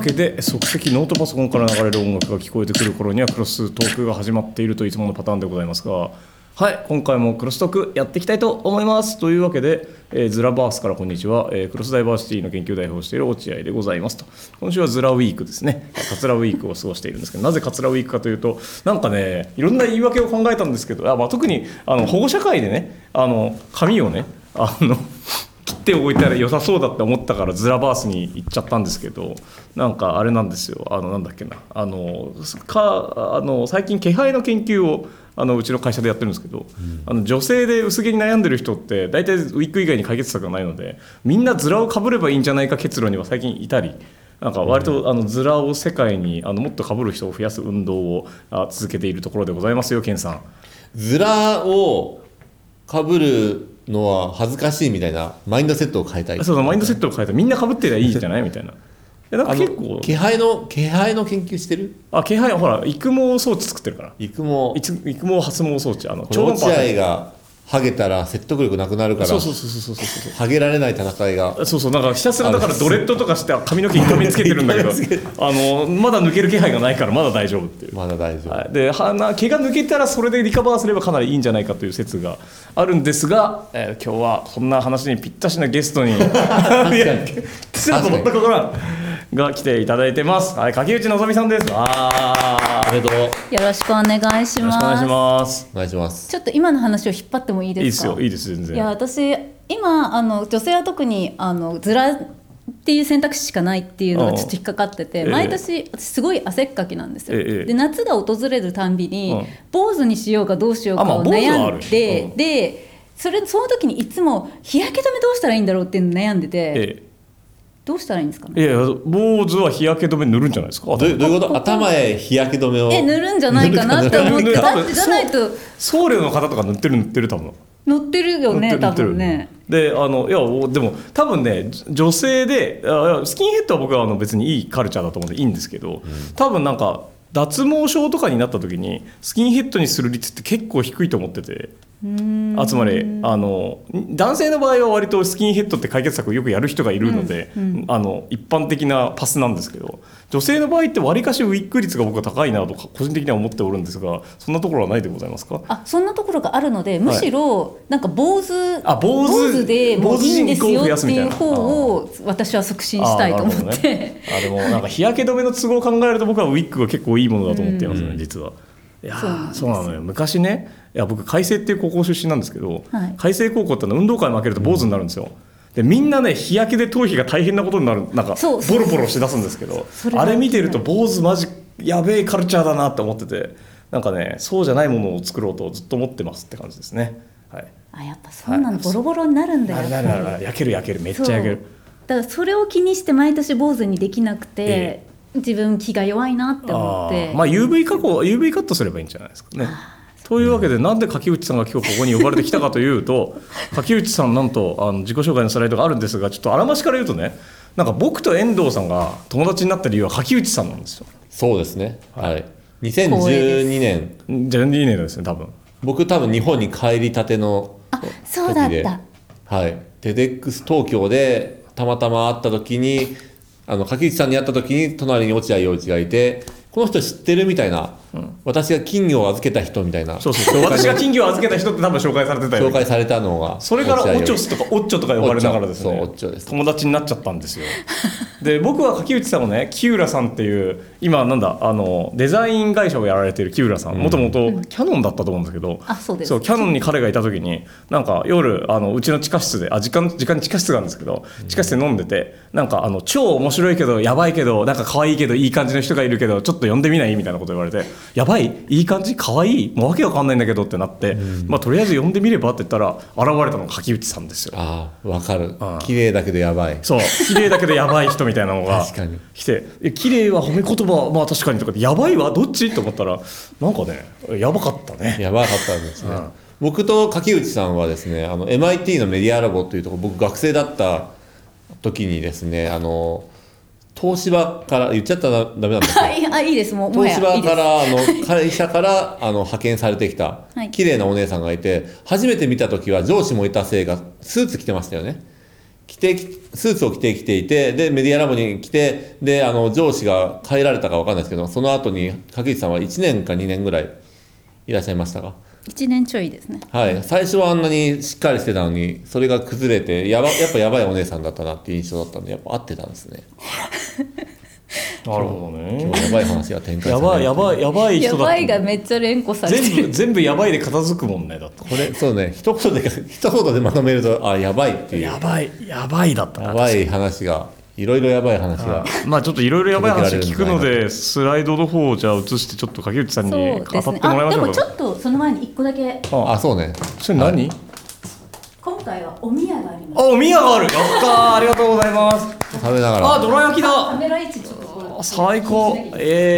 けで即席ノートパソコンから流れる音楽が聞こえてくる頃にはクロストークが始まっているといつものパターンでございますが、はい、今回もクロストークやっていきたいと思います。というわけで、ズラバースからこんにちは、クロスダイバーシティの研究代表をしている落合でございますと。今週はズラウィークですね。カツラウィークを過ごしているんですけど、なぜカツラウィークかというと、なんかね、いろんな言い訳を考えたんですけど、特に保護者会でね、髪をね、切っておいたら良さそうだって思ったからズラバースに行っちゃったんですけど、なんかあれなんですよ、なんだっけな、最近気配の研究をうちの会社でやってるんですけど、女性で薄毛に悩んでる人って大体ウィッグ以外に解決策がないので、みんなズラをかぶればいいんじゃないか結論には最近いたり、なんか割とズラを世界にもっとかぶる人を増やす運動を続けているところでございますよ、ケンさん。 ズラをかぶるのは恥ずかしいみたいなマインドセットを変えたい。 そうマインドセットを変えたい、みんなかぶってりゃいいじゃないみたいな。なんか結構気配の研究してる？ 気配はほら育毛装置作ってるから。 育毛発毛装置超音波。落合がハゲたら説得力なくなるから、ハゲられない戦いが、 なんかひたすらだからドレッドとかして髪の毛に髪つけてるんだけどまだ抜ける気配がないからまだ大丈夫っていう。 まだ大丈夫、 はい、で毛が抜けたらそれでリカバーすればかなりいいんじゃないかという説があるんですが、今日はそんな話にぴったしなゲストに失礼と思ったことが来ていただいてます。はい、柿内のぞみさんです。 おめでとう。 よろしくお願いします。 よろしくお願いします。 お願いします。 ちょっと今の話を引っ張ってもいいですか？ いいですよ、全然。 いや、私今女性は特にズラっていう選択肢しかないっていうのがちょっと引っかかってて、毎年私すごい汗っかきなんですよ。で夏が訪れるたんびに、坊主にしようかどうしようかを悩んで、でその時にいつも日焼け止めどうしたらいいんだろうっていうの悩んでて、どうしたらいいんですかね。 坊主は日焼け止め塗るんじゃないですか。 どういうこと？頭へ日焼け止めを塗るんじゃないかなって思って、だってじゃないと僧侶の方とか塗ってる多分乗ってるよね、多分ね。 ででも多分ね、女性でスキンヘッドは僕は別にいいカルチャーだと思うんでいいんですけど、多分なんか脱毛症とかになった時にスキンヘッドにする率って結構低いと思ってて、つまり男性の場合は割とスキンヘッドって解決策をよくやる人がいるので、一般的なパスなんですけど、女性の場合ってわりかしウィッグ率が僕は高いなと個人的には思っておるんですが、そんなところはないでございますか？ そんなところがあるので、むしろなんか坊主でもういいんですよっていう方を私は促進したいと思って。 でもなんか日焼け止めの都合を考えると僕はウィッグが結構いいものだと思っていますね、実は。いやそうなのよ。昔ね、僕開成っていう高校出身なんですけど、開成高校って運動会負けると坊主になるんですよ。でみんなね、日焼けで頭皮が大変なことになる、なんかボロボロして出すんですけど、あれ見てると坊主マジやべえカルチャーだなって思ってて、なんかね、そうじゃないものを作ろうとずっと思ってますって感じですね。はい、 やっぱそうなの、ボロボロになるんだよ。 焼けるめっちゃ焼ける。 だからそれを気にして毎年坊主にできなくて、自分気が弱いなって思って、 UV カットすればいいんじゃないですかね。というわけで、なんで柿内さんが今日ここに呼ばれてきたかというと柿内さんなんと自己紹介のスライドがあるんですが、ちょっとあらましから言うとね、なんか僕と遠藤さんが友達になった理由は柿内さんなんですよ。 そうですね、はい、2012年ですね。 僕多分日本に帰りたての時で、 そうだった、 はい、TEDx東京でたまたま会った時に柿内さんに会った時に隣に落合陽一がいて、この人知ってるみたいな、私が金魚を預けた人みたいな、 私が金魚を預けた人って多分紹介されてたよね。 紹介されたのが、 それからオチョスとかオッチョとか呼ばれながらですね、友達になっちゃったんですよ。で僕は柿内さんをね、木浦さんっていう今デザイン会社をやられている木浦さん、もともとキヤノンだったと思うんですけど、そうキヤノンに彼がいた時に、なんか夜うちの地下室で時間に地下室があるんですけど、地下室で飲んでて、なんか超面白いけどやばいけどなんか可愛いけどいい感じの人がいるけどちょっと呼んでみないみたいなこと言われて、やばい、いい感じ、可愛い、もうわけわかんないんだけどってなって、とりあえず呼んでみればって言ったら現れたのが柿内さんですよ。 わかる。綺麗だけどやばい。 そう、綺麗だけどやばい人みたいなのが確かに来て、綺麗は褒め言葉、確かにとか、やばいはどっちと思ったら、なんかね、やばかったね。 やばかったんですね。僕と柿内さんはですね、MIT のメディアラボというところ、僕学生だった時にですね、東芝から言っちゃったらダメなんですけど、 いいです、もう東芝から会社から派遣されてきた綺麗なお姉さんがいて、初めて見た時は上司もいたせいがスーツ着てましたよね。 スーツを着ていて、でメディアラボに来て、で上司が変えられたか分かんないですけど、その後に柿内さんは1年か2年ぐらいいらっしゃいましたか。 1年ちょいですね。 はい、最初はあんなにしっかりしてたのに、それが崩れてやっぱやばいお姉さんだったなっていう印象だったんで、やっぱ合ってたんですね。 なるほどね。 今日やばい話が展開される。 やばい人だやばいった。 がめっちゃ連呼されてる。 全部やばいで片付くもんね、だって。 これそうね、一言でまとめると、あ、やばいっていう、 やばいだったな。 やばい話が、いろいろやばい話が。 まあちょっといろいろやばい話聞くので、スライドの方をじゃあ移してちょっと柿内さんに語ってもらいましょうか。 でもちょっとその前に1個だけ。 あ、そうね。 それ何？ 今回はお宮があります。 お宮がある。やったー、ありがとうございます。 食べながら。 あ、どら焼きだ。 カメラ位置ちょっと最高。 はい。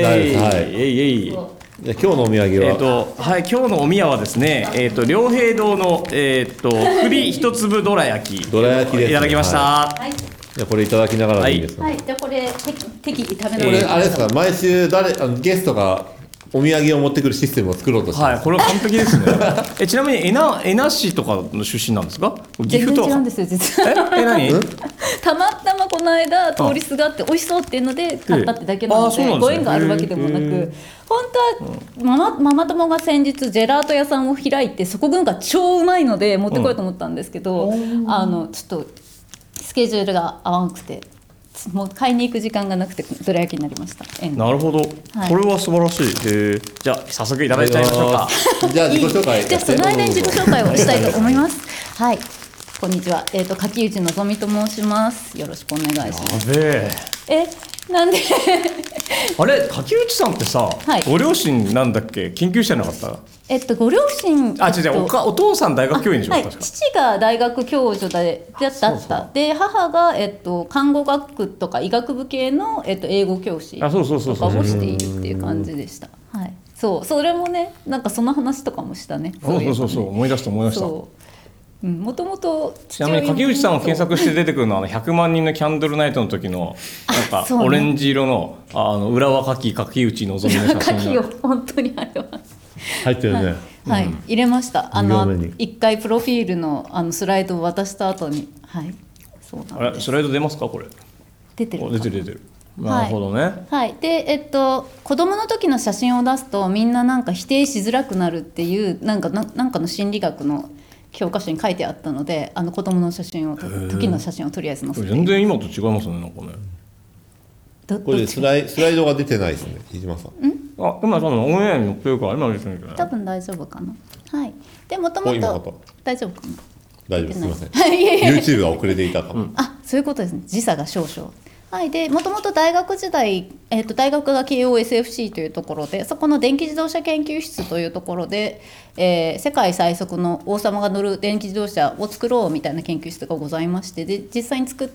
はい今日のお土産は、 はい、今日のお宮はですね、良平堂の栗一粒どら焼き。 どら焼きですねいただきました。 はいじゃあこれいただきながらでいいですか。 はい、じゃあこれ適宜食べなこがら。 れあれですか、毎週ゲストがお土産を持ってくるシステムを作ろうとしてはい、 ます。 これは完璧ですね。ちなみに江那市とかの出身なんですか？岐阜とか。 全然違うんですよ実は。 何？ たまたまこの間通りすがって美味しそうっていうので買ったってだけなので、 あそうなんですねご縁があるわけでもなく、本当はママ友が先日ジェラート屋さんを開いて、そこが超うまいので持ってこようと思ったんですけど、ちょっとスケジュールが合わなくて、もう買いに行く時間がなくてどら焼きになりました。 なるほど、これは素晴らしい。じゃあ早速いただいちゃいましょうか。 じゃあ自己紹介。 じゃあその間に自己紹介をしたいと思います。はい、こんにちは。柿内のぞみと申します。よろしくお願いします。 やべえ。 なんであれ、柿内さんってさ、 はいご両親なんだっけ、研究者じゃなかった？ ご両親、 違う、お父さん大学教員でしょ、 はい、 確か。 父が大学教授だったで、母が、看護学とか医学部系の、英語教師とかをしているっていう感じでした。はい、それもね、なんかその話とかもしたね。 そう思い出した。 もともとちなみに柿内さんを検索して出てくるのは100万人のキャンドルナイトの時のなんかオレンジ色の浦和柿内のぞみの写真柿を本当にあれは入ってるね。 はい、入れました。 両面に一回プロフィールのスライドを渡した後に、はい、そうなんです。 あれ、スライド出ますかこれ？ 出てるかな。 出てる。なるほどね。 はい、で子供の時の写真を出すとみんななんか否定しづらくなるっていうなんかの心理学の教科書に書いてあったので、子供の時の写真をとりあえず載せて。 全然今と違いますね、なんかね。 これスライドが出てないですね、飯島さん。 今そのオンエアに載ってるから今出てるけどね。 多分大丈夫かな。はい。でもともと大丈夫かな。 大丈夫、すみません。 いや YouTube が遅れていたかも。 そういうことですね。時差が少々。はい、でもともと大学時代、大学が慶応 SFC というところで、そこの電気自動車研究室というところで、世界最速の王様が乗る電気自動車を作ろうみたいな研究室がございまして、で実際に作って、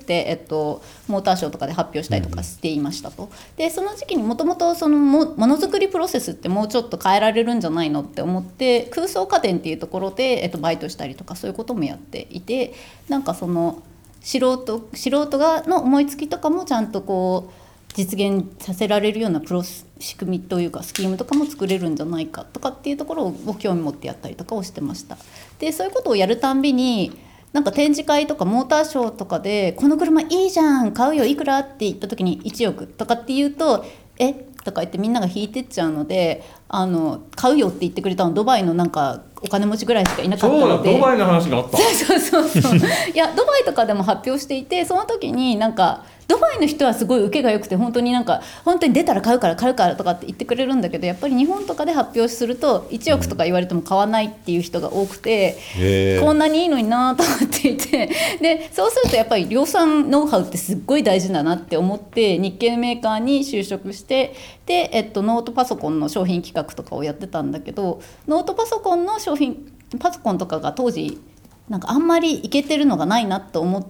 モーターショーとかで発表したりとかしていましたと。でその時期にもともとそのものづくりプロセスってもうちょっと変えられるんじゃないのって思って、空想家電っていうところで、バイトしたりとかそういうこともやっていて、なんかその素人がの思いつきとかもちゃんとこう実現させられるような仕組みというかスキームとかも作れるんじゃないかとかっていうところを興味持ってやったりとかをしてました。でそういうことをやるたんびになんか展示会とかモーターショーとかでこの車いいじゃん買うよいくらって言った時に1億とかって言うととか言ってみんなが引いてっちゃうので、買うよって言ってくれたのドバイのなんかお金持ちぐらいしかいなかったので。 ドバイの話があった。 そういやドバイとかでも発表していて、その時になんかドバイの人はすごい受けが良くて本当に出たら買うからとかって言ってくれるんだけど、やっぱり日本とかで発表すると1億とか言われても買わないっていう人が多くて、こんなにいいのになと思っていて、でそうするとやっぱり量産ノウハウってすっごい大事だなって思って日系メーカーに就職して、で、ノートパソコンの商品企画とかをやってたんだけど、ノートパソコンのパソコンとかが当時なんかあんまりいけてるのがないなと思って、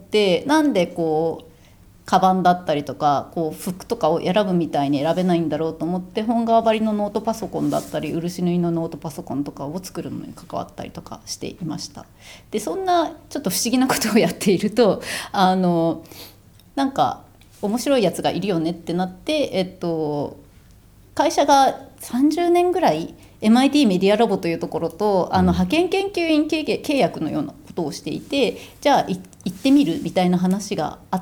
なんでこうカバンだったりとかこう服とかを選ぶみたいに選べないんだろうと思って、本革張りのノートパソコンだったり漆縫いのノートパソコンとかを作るのに関わったりとかしていました。でそんなちょっと不思議なことをやっているとなんか面白いやつがいるよねってなって、会社が30年ぐらいMIT メディアラボというところと派遣研究員契約のようなこことをしていて、じゃあ行ってみるみたいな話があって、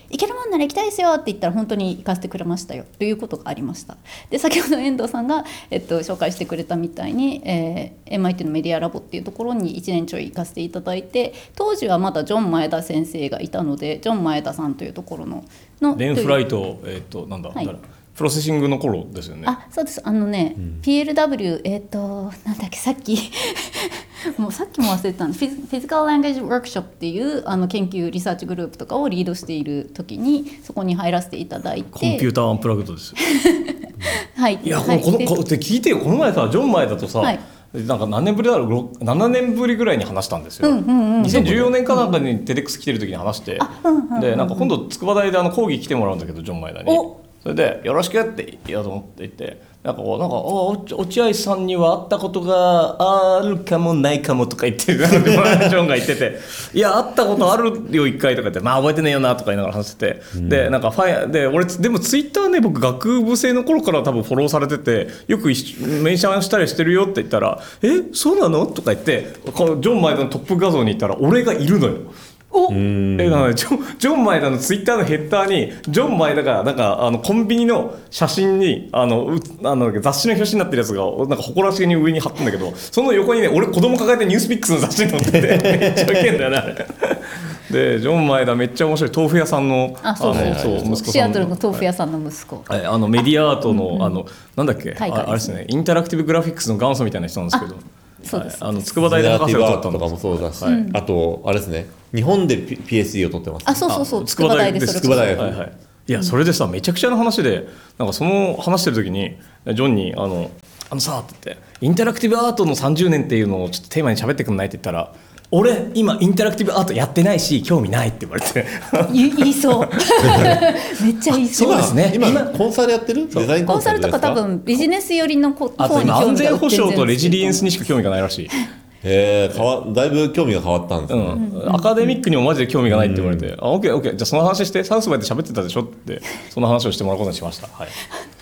行けるもんなら行きたいですよって言ったら本当に行かせてくれましたよということがありました。で先ほど遠藤さんが、紹介してくれたみたいに、MIT のメディアラボっていうところに1年ちょい行かせていただいて、当時はまだジョン前田先生がいたので、ジョン前田さんというところのレンフライト、なんだ、 はい、 プロセッシングの頃ですよね。 あ、そうです。PLW、なんだっけ、さっきもうさっきも忘れてたんです。フィジカルランゲージワークショップっていう研究リサーチグループとかをリードしている時にそこに入らせていただいて、 コンピューターアンプラグドですよはい、 いや、こって聞いてよ、この前さジョン前だとさ、はい、なんか何年ぶりだろう、7年ぶりぐらいに話したんですよ、2014年かなんかにテデックス来てる時に話して、でなんか今度筑波大で講義来てもらうんだけど、ジョン前田にそれでよろしくって言おうと思って言って、なんか落合さんには会ったことがあるかもないかもとか言ってジョンが言ってて、いや会ったことあるよ1回とか言って、まあ覚えてねえよなとか言いながら話してて、でなんかで俺でもツイッターね、僕学部生の頃から多分フォローされてて、よくメンションしたりしてるよって言ったら、そうなのとか言って、このジョン前田のトップ画像に行ったら俺がいるのよ。ジョン前田のツイッターのヘッダーにジョン前田がなんかコンビニの写真に雑誌の表紙になってるやつがなんか誇らしげに上に貼ってんだけど、その横にね、俺子供抱えてニュースピックスの雑誌に載っててめっちゃウケんだよねあれでジョン前田めっちゃ面白い、豆腐屋さんの息子さん、 シアトルの豆腐屋さんの息子、 メディアアートのなんだっけ、あれですね、インタラクティブグラフィックスの元祖みたいな人なんですけど、 そうです、 筑波大で博士を取ったのとかもそうだし、あとあれですね、日本で PSD を取ってます、 あ、そう筑波大で筑波大学、 いやそれでさ、めちゃくちゃな話で、なんかその話してる時にジョンにさって言って、インタラクティブアートの30年っていうのをちょっとテーマに喋ってくんないって言ったら、俺今インタラクティブアートやってないし興味ないって言われて言いそうめっちゃ言いそう。 そうですね、今コンサルやってる、デザインコンサルとか多分ビジネス寄りの方に興味が、 安全保障とレジリエンスにしか興味がないらしい。 だいぶ興味が変わったんですね、 アカデミックにもマジで興味がないって言われて、オッケーじゃあその話して、サウスバイで喋ってたでしょって、その話をしてもらうことにしました。はい、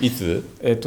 いつ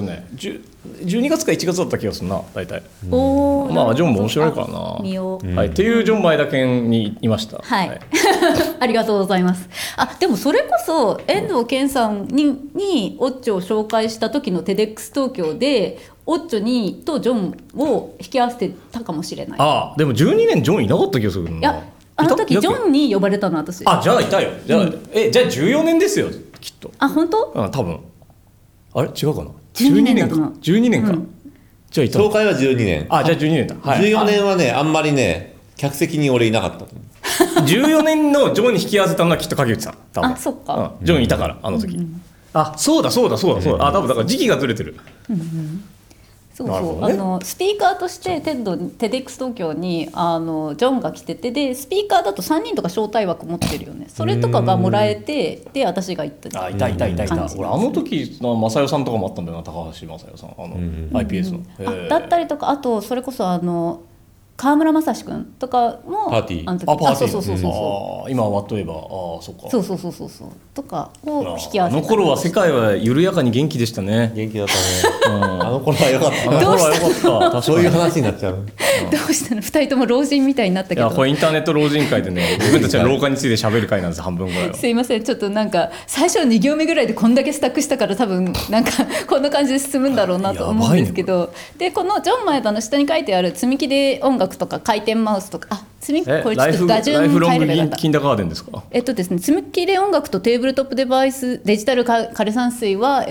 12月か1月だった気がするな、大体。まあジョンも面白いからな、はい、っていうジョン前田健にいました。 はい、ありがとうございます。でもそれこそ遠藤健さんにオッチョを紹介した時の TEDx 東京でオッチョとジョンを引き合わせてたかもしれない。 でも12年ジョンいなかった気がするな。 いや、あの時ジョンに呼ばれたの私。 じゃあいたよ。じゃあ14年ですよきっと。 本当？ 多分。あれ違うかな。12年か。12年か。じゃあいた。 紹介は12年。 じゃあ12年だ。 14年はね、あんまりね、客席に俺いなかったと思う。 14年のジョンに引き合わせたのはきっと影内さん。多分。 そっか。 ジョンいたからあの時。そうだ。多分だから時期がずれてる。 そうスピーカーとしてTEDx 東京にジョンが来てて、でスピーカーだと3人とか招待枠持ってるよね。それとかがもらえて、で私が行った。 いた俺あの時正代さんとかもあったんだよな、高橋正代さんiPS のだったりとか、あとそれこそ河村正史君とかもパーティー、 あの時そう今はワットエバー、そっか、 そうとかを引き合わせた。 あの頃は世界は緩やかに元気でしたね。 元気だったね、あの頃は良かった。 あの頃は良かった。 そういう話になっちゃう。 どうしたの、2人とも老人みたいになったけど。 これインターネット老人会でね、自分たちは老化について喋る会なんです、半分ぐらいは。 すいません、ちょっとなんか最初2行目ぐらいでこんだけスタックしたから、多分なんかこんな感じで進むんだろうなと思うんですけど、でこのジョン前田の下に書いてある積み木で音楽とか回転マウスとか、これちょっと画順ライフロング変えればよかった。 キンダーガーデンですか。 ですね、積み木で音楽とテーブルトップデバイスデジタル枯山水は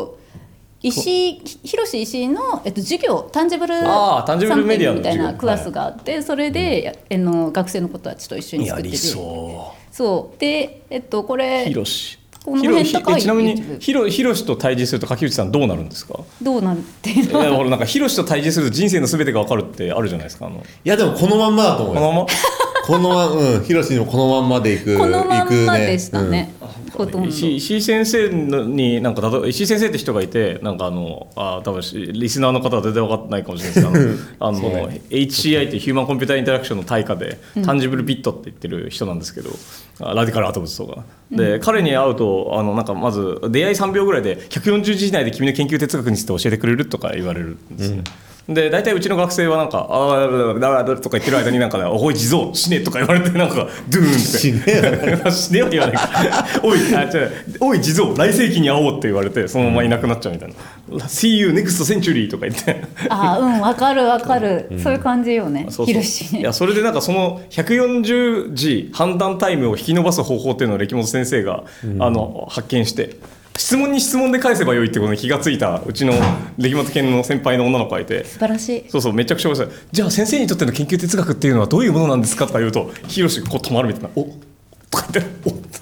広石井の、授業タンジブルメディアのみたいなクラスがあって、それで、学生の子たちと一緒に作ってる。そうで、これこの辺高い。 ちなみにヒロシと対峙すると柿内さんどうなるんですか。 どうなるっていうのは、 俺なんかヒロシと対峙すると人生の全てが分かるってあるじゃないですか。 いやでもこのまんまだと思うよ。このままヒロシにもこのまんまでいく。 このまんまでしたね。 石井先生になんか石井先生って人がいて、なんか多分リスナーの方は全然分かってないかもしれないですけどHCI っていうヒューマンコンピューターインタラクションの対価で、タンジブルビットって言ってる人なんですけど、ラディカルアート物とかで、彼に会うとなんかまず出会い3秒ぐらいで140字以内で君の研究哲学について教えてくれるとか言われるんですね。 で大体うちの学生はなんか「ああ」とか言ってる間になんか、ね「おい地蔵死ね」とか言われてなんかドゥーンって死ね死ねは言わないから「おいおい地蔵来世紀に会おう」って言われてそのままいなくなっちゃうみたいな「See you next century」とか言ってわかるわかる、そういう感じよね、ヒロシ。 いやそれでなんかその140字判断タイムを引き伸ばす方法っていうのを歴本先生が、発見して。質問に質問で返せばよいってことに気がついたうちの歴本研の先輩の女の子がいて、 素晴らしい。 そうめちゃくちゃ面白い。じゃあ先生にとっての研究哲学っていうのはどういうものなんですかとか言うとヒロシがこう止まるみたいな「おっ」とか言って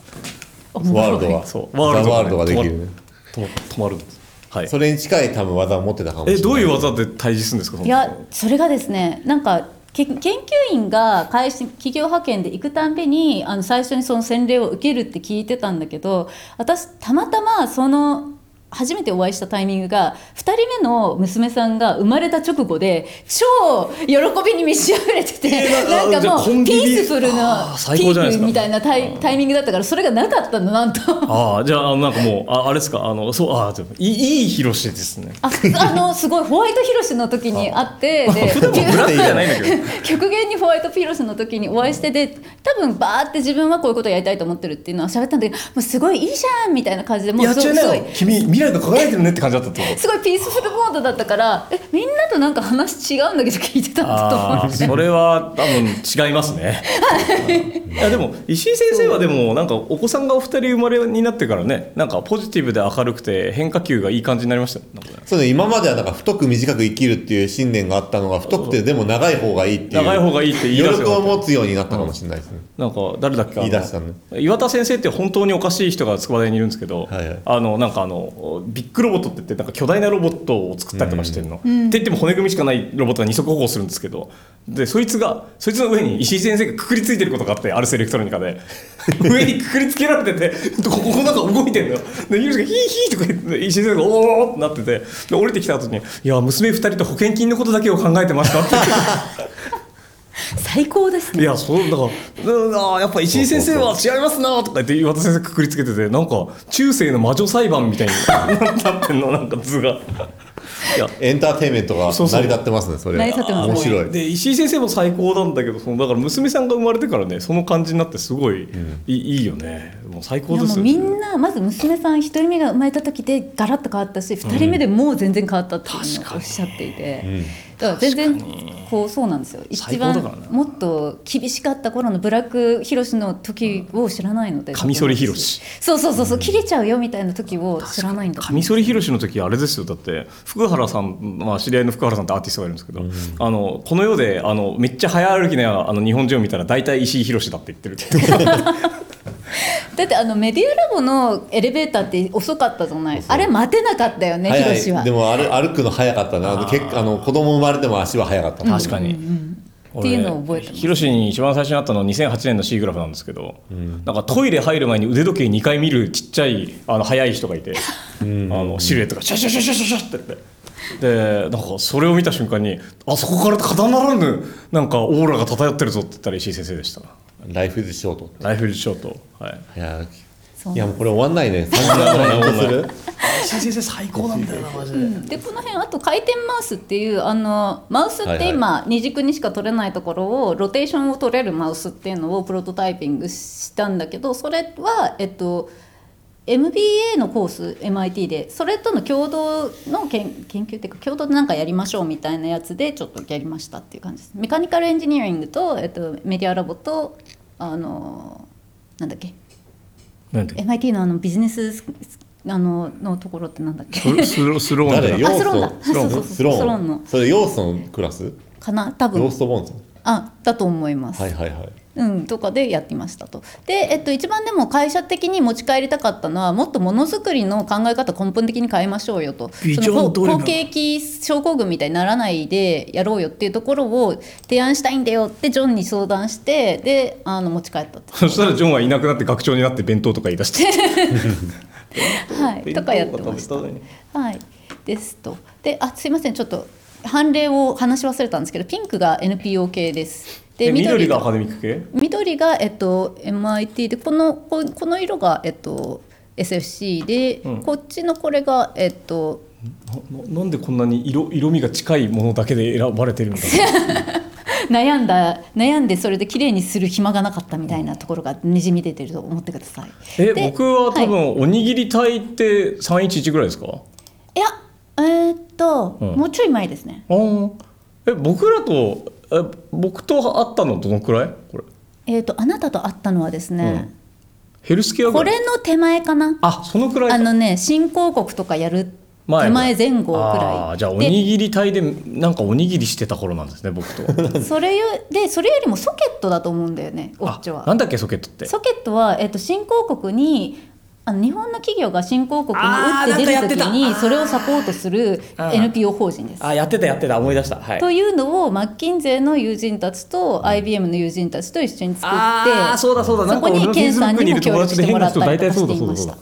「おっ」 ワールドはそうワールドができるね。 止まるんです。はい、 それに近い多分技を持ってたかもしれない。 どういう技で対峙するんですか。 いやそれがですね、なんか研究員が企業派遣で行くたんびに最初にその洗礼を受けるって聞いてたんだけど、私たまたまその初めてお会いしたタイミングが2人目の娘さんが生まれた直後で超喜びに満ち溢れてて、なんかもうピースフルなピークみたいなタイミングだったから、それがなかったのなんと。 じゃあなんかもうあれですか、そういいヒロシですね。 すごいホワイトヒロシの時に会ってで普段もブラックじゃないんだけど極限にホワイトヒロシの時にお会いして、で多分バーって自分はこういうことをやりたいと思ってるっていうのは喋ったんだけど、もうすごいいいじゃんみたいな感じで、もうすごい君未来が輝いてるねって感じだったってこと。 すごいピースフルモードだったから、みんなとなんか話違うんだけど聞いてたんだと思って。 それは多分違いますね。いやでも石井先生はでもなんかお子さんがお二人生まれになってからね、なんかポジティブで明るくて変化球がいい感じになりましたよ。 そうね、今まではなんか太く短く生きるっていう信念があったのが、太くてでも長い方がいいっていう、 長い方がいいって言い出すよ。 余力を持つようになったかもしれないですね。 なんか誰だっけ、 言い出したね。 岩田先生って本当におかしい人が筑波大にいるんですけど、 はいはい、 なんかビッグロボットって言ってなんか巨大なロボットを作ったりとかしてるの、って言っても骨組みしかないロボットが二足歩行するんですけど、でそいつの上に石井先生がくくりついてることがあって、アルスエレクトロニカで上にくくりつけられててここなんか動いてるのよ。でヒロシがヒーヒーとか言って石井先生がおーってなってて、で降りてきた後に「いや娘2人と保険金のことだけを考えてました」って最高ですね。 いやそうだからやっぱ石井先生は違いますなとか言って岩田先生くくりつけてて、なんか中世の魔女裁判みたいになってんの、なんか図が。いやエンターテインメントが成り立ってますね。それ成り立ってます。 面白い。 で石井先生も最高なんだけど、だから娘さんが生まれてからね、その感じになってすごい、いいよね。もう最高ですよ。 みんなまず娘さん1人目が生まれた時でガラッと変わったし、2人目でもう全然変わったっていうのをおっしゃっていて、だから全然そうなんですよ。一番もっと厳しかった頃のブラックヒロシの時を知らないので、 カミソリヒロシ、 そう切れちゃうよみたいな時を知らないんだ。 カミソリヒロシの時あれですよ。だって福原さん、知り合いの福原さんってアーティストがいるんですけど、この世でめっちゃ早歩きな日本人を見たら大体石井ヒロシだって言ってるってだってメディアラボのエレベーターって遅かったじゃない。あれ待てなかったよね、ヒロシは。 でも歩くの早かったな。子供生まれても足は早かった。 確かに、 っていうのを覚えてます。 ヒロシに一番最初に会ったのは2008年の C グラフなんですけど、なんかトイレ入る前に腕時計2回見るちっちゃい速い人がいて、シルエットがシャシャシャシャシャシャってやって。でなんかそれを見た瞬間に、そこからただならぬなんかオーラが漂ってるぞって言ったら石井先生でした。 ライフイズショート。 ライフイズショート。はい。 いやもうこれ終わんないね。3時間ぐらい延長する。 石井先生最高なんだよなマジで。 でこの辺あと回転マウスっていうマウスって今二軸にしか取れないところをロテーションを取れるマウスっていうのをプロトタイピングしたんだけど、それはMBA のコース MIT でそれとの共同の研究っていうか共同で何かやりましょうみたいなやつでちょっとやりましたっていう感じです。メカニカルエンジニアリングと、メディアラボとなんだっけ MIT のビジネスのところってなんだっけスローン誰？ スローンだ。 スローンのそれヨーストのクラスかな多分。 ヨーストボーンズだと思います。 はいはいはい。 とかでやってましたと。で、一番でも会社的に持ち帰りたかったのは、もっとものづくりの考え方根本的に変えましょうよと、好景気症候群みたいにならないでやろうよっていうところを提案したいんだよってジョンに相談して、で持ち帰ったって。 そしたらジョンはいなくなって学長になって弁当とか言い出してはいとかやってました。はいですと。ですいませんちょっと判例を話し忘れたんですけど、ピンクが NPO 系です。で緑がアカデミック系？ 緑が、MIT でこの色が、SFC で、こっちのこれが、 なんでこんなに色味が近いものだけで選ばれてるんだ悩んでそれで綺麗にする暇がなかったみたいなところがにじみ出てると思ってください。 僕は多分、おにぎり隊って311ぐらいですか？ いやもうちょい前ですね。 僕と会ったのどのくらいこれ？ あなたと会ったのはですね、 ヘルスケアぐらい？ これの手前かな。 そのくらい。 新興国とかやる手前前後くらい。 じゃあおにぎり隊でなんかおにぎりしてた頃なんですね、僕と。 それよりもソケットだと思うんだよね、オッチョは。 なんだっけソケットって？ソケットは、新興国に日本の企業が新興国に打って出るときにそれをサポートする NPO 法人です。 やってた思い出した、 というのをマッキンゼーの友人たちと IBM の友人たちと一緒に作って、 そうだそこにケンさんにも協力してもらったりとかしていました。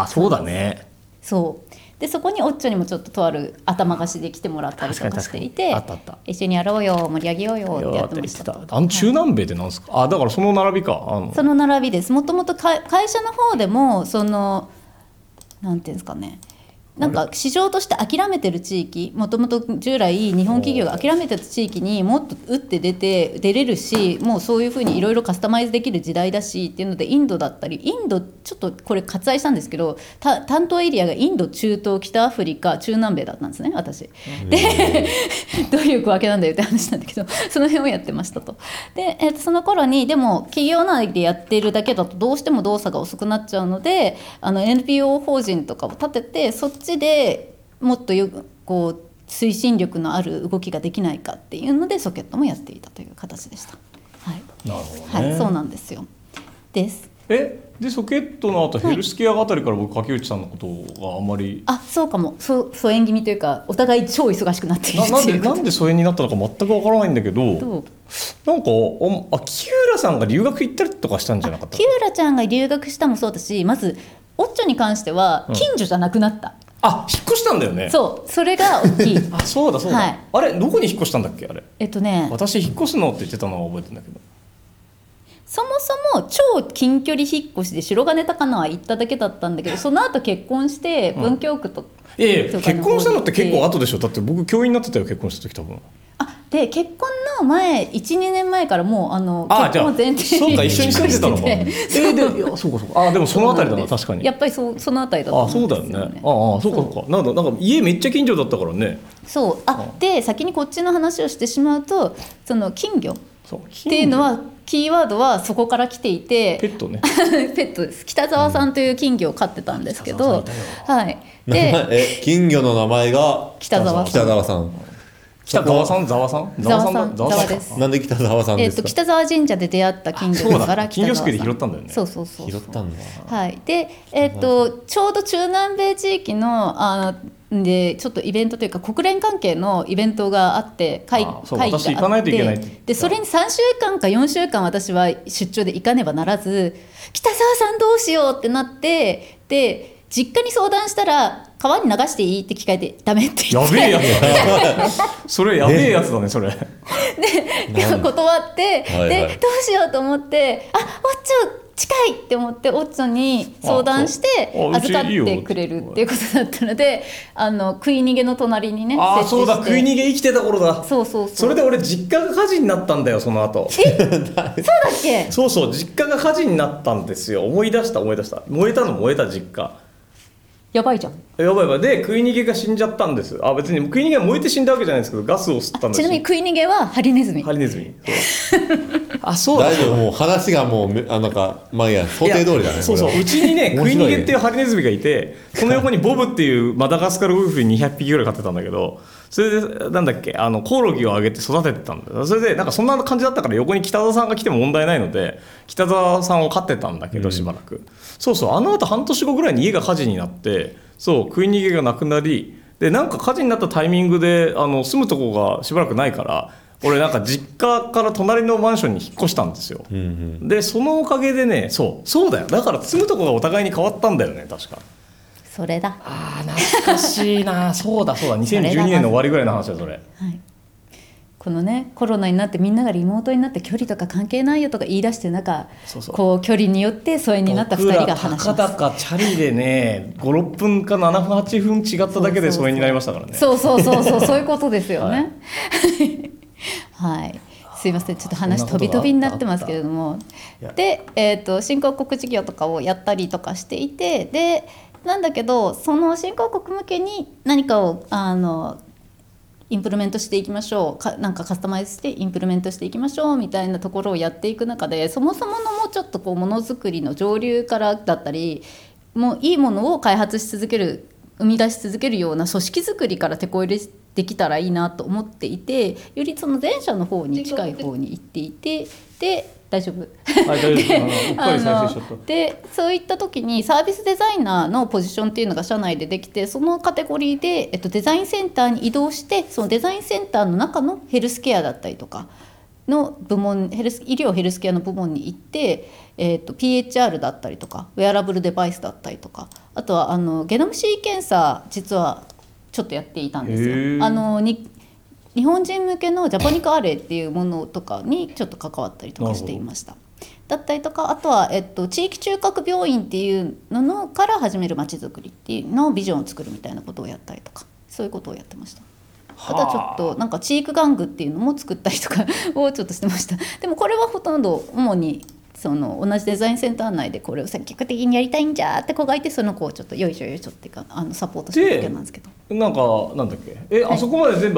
そうだね。 そうでそこにオッチョにもちょっととある頭貸しで来てもらったりとかしていて、一緒にやろうよ盛り上げようよってやってました。 中南米ってなんですか？だからその並びか。 その並びです。もともと会社の方でもなんていうんですかね、なんか市場として諦めてる地域、もともと従来日本企業が諦めてた地域にもっと打って出れるし、もうそういうふうにいろいろカスタマイズできる時代だしっていうので、インドだったり、ちょっとこれ割愛したんですけど、担当エリアがインド、中東、北アフリカ、中南米だったんですね、私でどういう区分けなんだよって話なんだけど、その辺をやってましたと。で、その頃にでも企業内でやっているだけだとどうしても動作が遅くなっちゃうので、NPO 法人とかを立てて、そっちでもっと推進力のある動きができないかっていうのでソケットもやっていたという形でした。 なるほどね。 そうなんですよ。です。 でソケットの後、ヘルスケアあたりから僕竹内さんのことがあんまりそうかも疎遠気味というか、お互い超忙しくなっているっていうなんで疎遠になったのか全くわからないんだけど、なんか木浦さんが留学行ったりとかしたんじゃなかった？ 木浦ちゃんが留学したもそうだし、まずオッチョに関しては近所じゃなくなった、 引っ越したんだよね。 それが大きいそうだ、あれどこに引っ越したんだっけ？あれ私引っ越すのって言ってたのは覚えてるんだけど、 そもそも超近距離引っ越しで白金高輪は行っただけだったんだけど、その後結婚して文京区と、 結婚したのって結構後でしょ？だって僕教員になってたよ、結婚した時多分。 で結婚の前 1,2 年前からもう結婚を前提にそうか、一緒に住んでたのか。そうかでもそのあたりだな、確かに。 やっぱりそのあたりだと思うんですよね。 そうだよね。そうかなんか家めっちゃ近所だったからね。 で先にこっちの話をしてしまうと、その金魚っていうのはキーワードはそこから来ていて、 ペットねペットです。北沢さんという金魚を飼ってたんですけど、 で金魚の名前が北沢さん。 北沢さんざわです。 なんで北沢さんですか？ 北沢神社で出会った金魚だから金魚すくいで拾ったんだよね。 そう拾ったんだ。 でちょうど中南米地域のでちょっとイベントというか国連関係のイベントがあって会議があって、 私行かないといけないって。 でそれに3週間か4週間私は出張で行かねばならず、北沢さんどうしようってなって、で実家に相談したら川に流していいって聞かれてダメって言って、 やべえやつそれやべえやつだねそれで断って、でどうしようと思って、オッチョ近いって思ってオッチョに相談して預かってくれるっていうことだったので、食い逃げの隣にねそうだ、食い逃げ生きてた頃だ。それで俺実家が火事になったんだよ、その後。 そうだっけ？ そう実家が火事になったんですよ。思い出した燃えた実家。 やばいじゃん。 やばいで食い逃げが死んじゃったんです。別に食い逃げは燃えて死んだわけじゃないですけど、ガスを吸ったんです。 ちなみに食い逃げはハリネズミそうだ。 大丈夫、もう話がもうなんか想定通りだね。 うちにね食い逃げっていうハリネズミがいて、その横にボブっていうマダガスカルウルフ200匹ぐらい飼ってたんだけど、それでなんだっけコオロギをあげて育ててたんだよ。それでなんかそんな感じだったから、横に北澤さんが来ても問題ないので北澤さんを飼ってたんだけど、しばらく。あの後半年後ぐらいに家が火事になって、食い逃げがなくなり、でなんか火事になったタイミングで住むとこがしばらくないから、俺なんか実家から隣のマンションに引っ越したんですよ。でそのおかげでね、そうだよ、だから住むとこがお互いに変わったんだよね、確か。 それだ。 懐かしいな。そうだ2012年の終わりぐらいの話だそれ。 このねコロナになってみんながリモートになって距離とか関係ないよとか言い出してなんかこう距離によって疎遠になった2人が話します。 僕らたかだかチャリでね5、6分か7分8分違っただけで疎遠になりましたからね。 そうそういうことですよね。はい、すいませんちょっと話飛び飛びになってますけれども、で、新興国事業とかをやったりとかしていて、でなんだけどその新興国向けに何かをインプルメントしていきましょうなんかカスタマイズしてインプルメントしていきましょうみたいなところをやっていく中で、そもそものもうちょっとこうものづくりの上流からだったり、もういいものを開発し続ける生み出し続けるような組織づくりから手こ入れできたらいいなと思っていて、よりその前者の方に近い方に行っていて、で大丈夫でそういった時にサービスデザイナーのポジションっていうのが社内でできて、そのカテゴリーで、デザインセンターに移動して、そのデザインセンターの中のヘルスケアだったりとかの部門、医療ヘルスケアの部門に行って、PHR だったりとかウェアラブルデバイスだったりとか、あとはゲノム C 検査実はちょっとやっていたんですよ。日本人向けのジャポニカアレイっていうものとかにちょっと関わったりとかしていました。だったりとか、あとは、地域中核病院っていうのから始めるまちづくりっていうのをビジョンを作るみたいなことをやったりとか、そういうことをやってました。あとはちょっとなんかチーク玩具っていうのも作ったりとかをちょっとしてました。でもこれはほとんど主にその同じデザインセンター内でこれを積極的にやりたいんじゃって子がいて、その子をちょっとよいしょっていうかサポートしてるわけなんですけど、 なんだっけあそこまで全部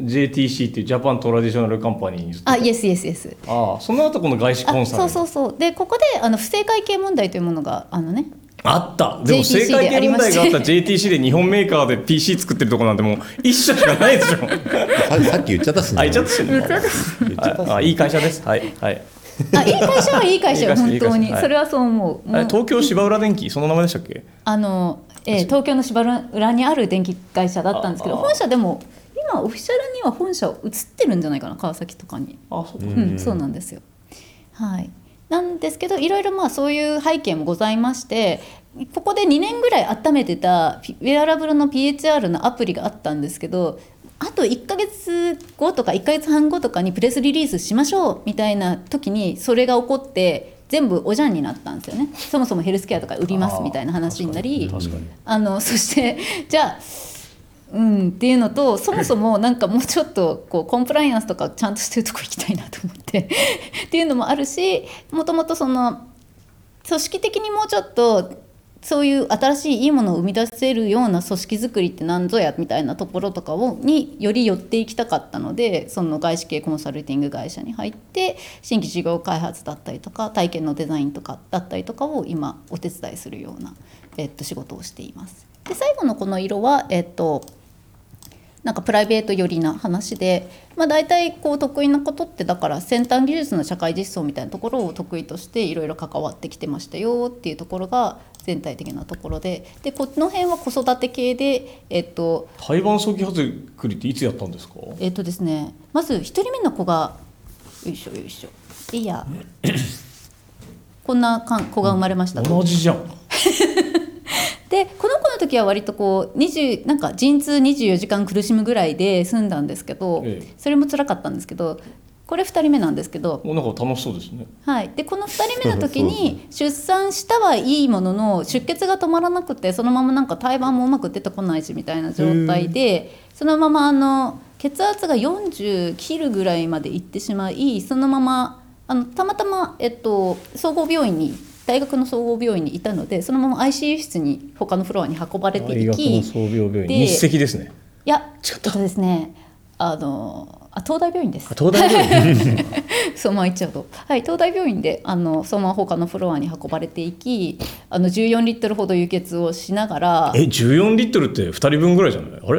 JTC っていうジャパントラディショナルカンパニーにずっとイエスその後この外資コンサルそうでここで不正会計問題というものがあった。でも不正会計問題があった JTC で日本メーカーで PC 作ってるとこなんてもう一社しかないでしょさっき言っちゃったっすね。 言っちゃったいい会社です。はいいい会社はいい会社よ本当に、それはそう思う。 東京芝浦電機その名前でしたっけ？ 東京の芝浦にある電気会社だったんですけど、本社でも今オフィシャルには本社移ってるんじゃないかな、川崎とかに。そうなんですよ。はいなんですけど、いろいろそういう背景もございまして、ここで2年ぐらい温めてたウェアラブルの PHR のアプリがあったんですけど、あと1ヶ月後とか1ヶ月半後とかにプレスリリースしましょうみたいな時にそれが起こって全部おじゃんになったんですよね。そもそもヘルスケアとか売りますみたいな話になり、そしてじゃあっていうのと、そもそもなんかもうちょっとこうコンプライアンスとかちゃんとしてるとこ行きたいなと思ってっていうのもあるし、もともとその組織的にもうちょっとそういう新しいいいものを生み出せるような組織づくりって何ぞやみたいなところとかにより寄っていきたかったので、その外資系コンサルティング会社に入って新規事業開発だったりとか体験のデザインとかだったりとかを今お手伝いするような、仕事をしています。で最後のこの色は、なんかプライベート寄りな話で、大体こう得意なことってだから先端技術の社会実装みたいなところを得意としていろいろ関わってきてましたよっていうところが全体的なところで、この辺は子育て系で、 台湾早期発作りっていつやったんですか？ ですね、まず1人目の子がよいしょいやこんな子が生まれました。 同じじゃんでこの子の時は割とこうなんか陣痛24時間苦しむぐらいで済んだんですけど、それも辛かったんですけど、これ2人目なんですけど、 なんか楽しそうですね。 でこの2人目の時に出産したはいいものの出血が止まらなくて、そのままなんか胎盤もうまく出てこないしみたいな状態で、そのまま血圧が40切るぐらいまでいってしまい、そのままたまたま、総合病院に大学の総合病院にいたので、そのまま ICU 室に他のフロアに運ばれていき、 大学の総合病院日赤ですね。 いやですね、東大病院です。 東大病院そのまま行っちゃうと、東大病院でそのまま他のフロアに運ばれていき、14リットルほど輸血をしながら。 14リットルって2人分ぐらいじゃない？あれ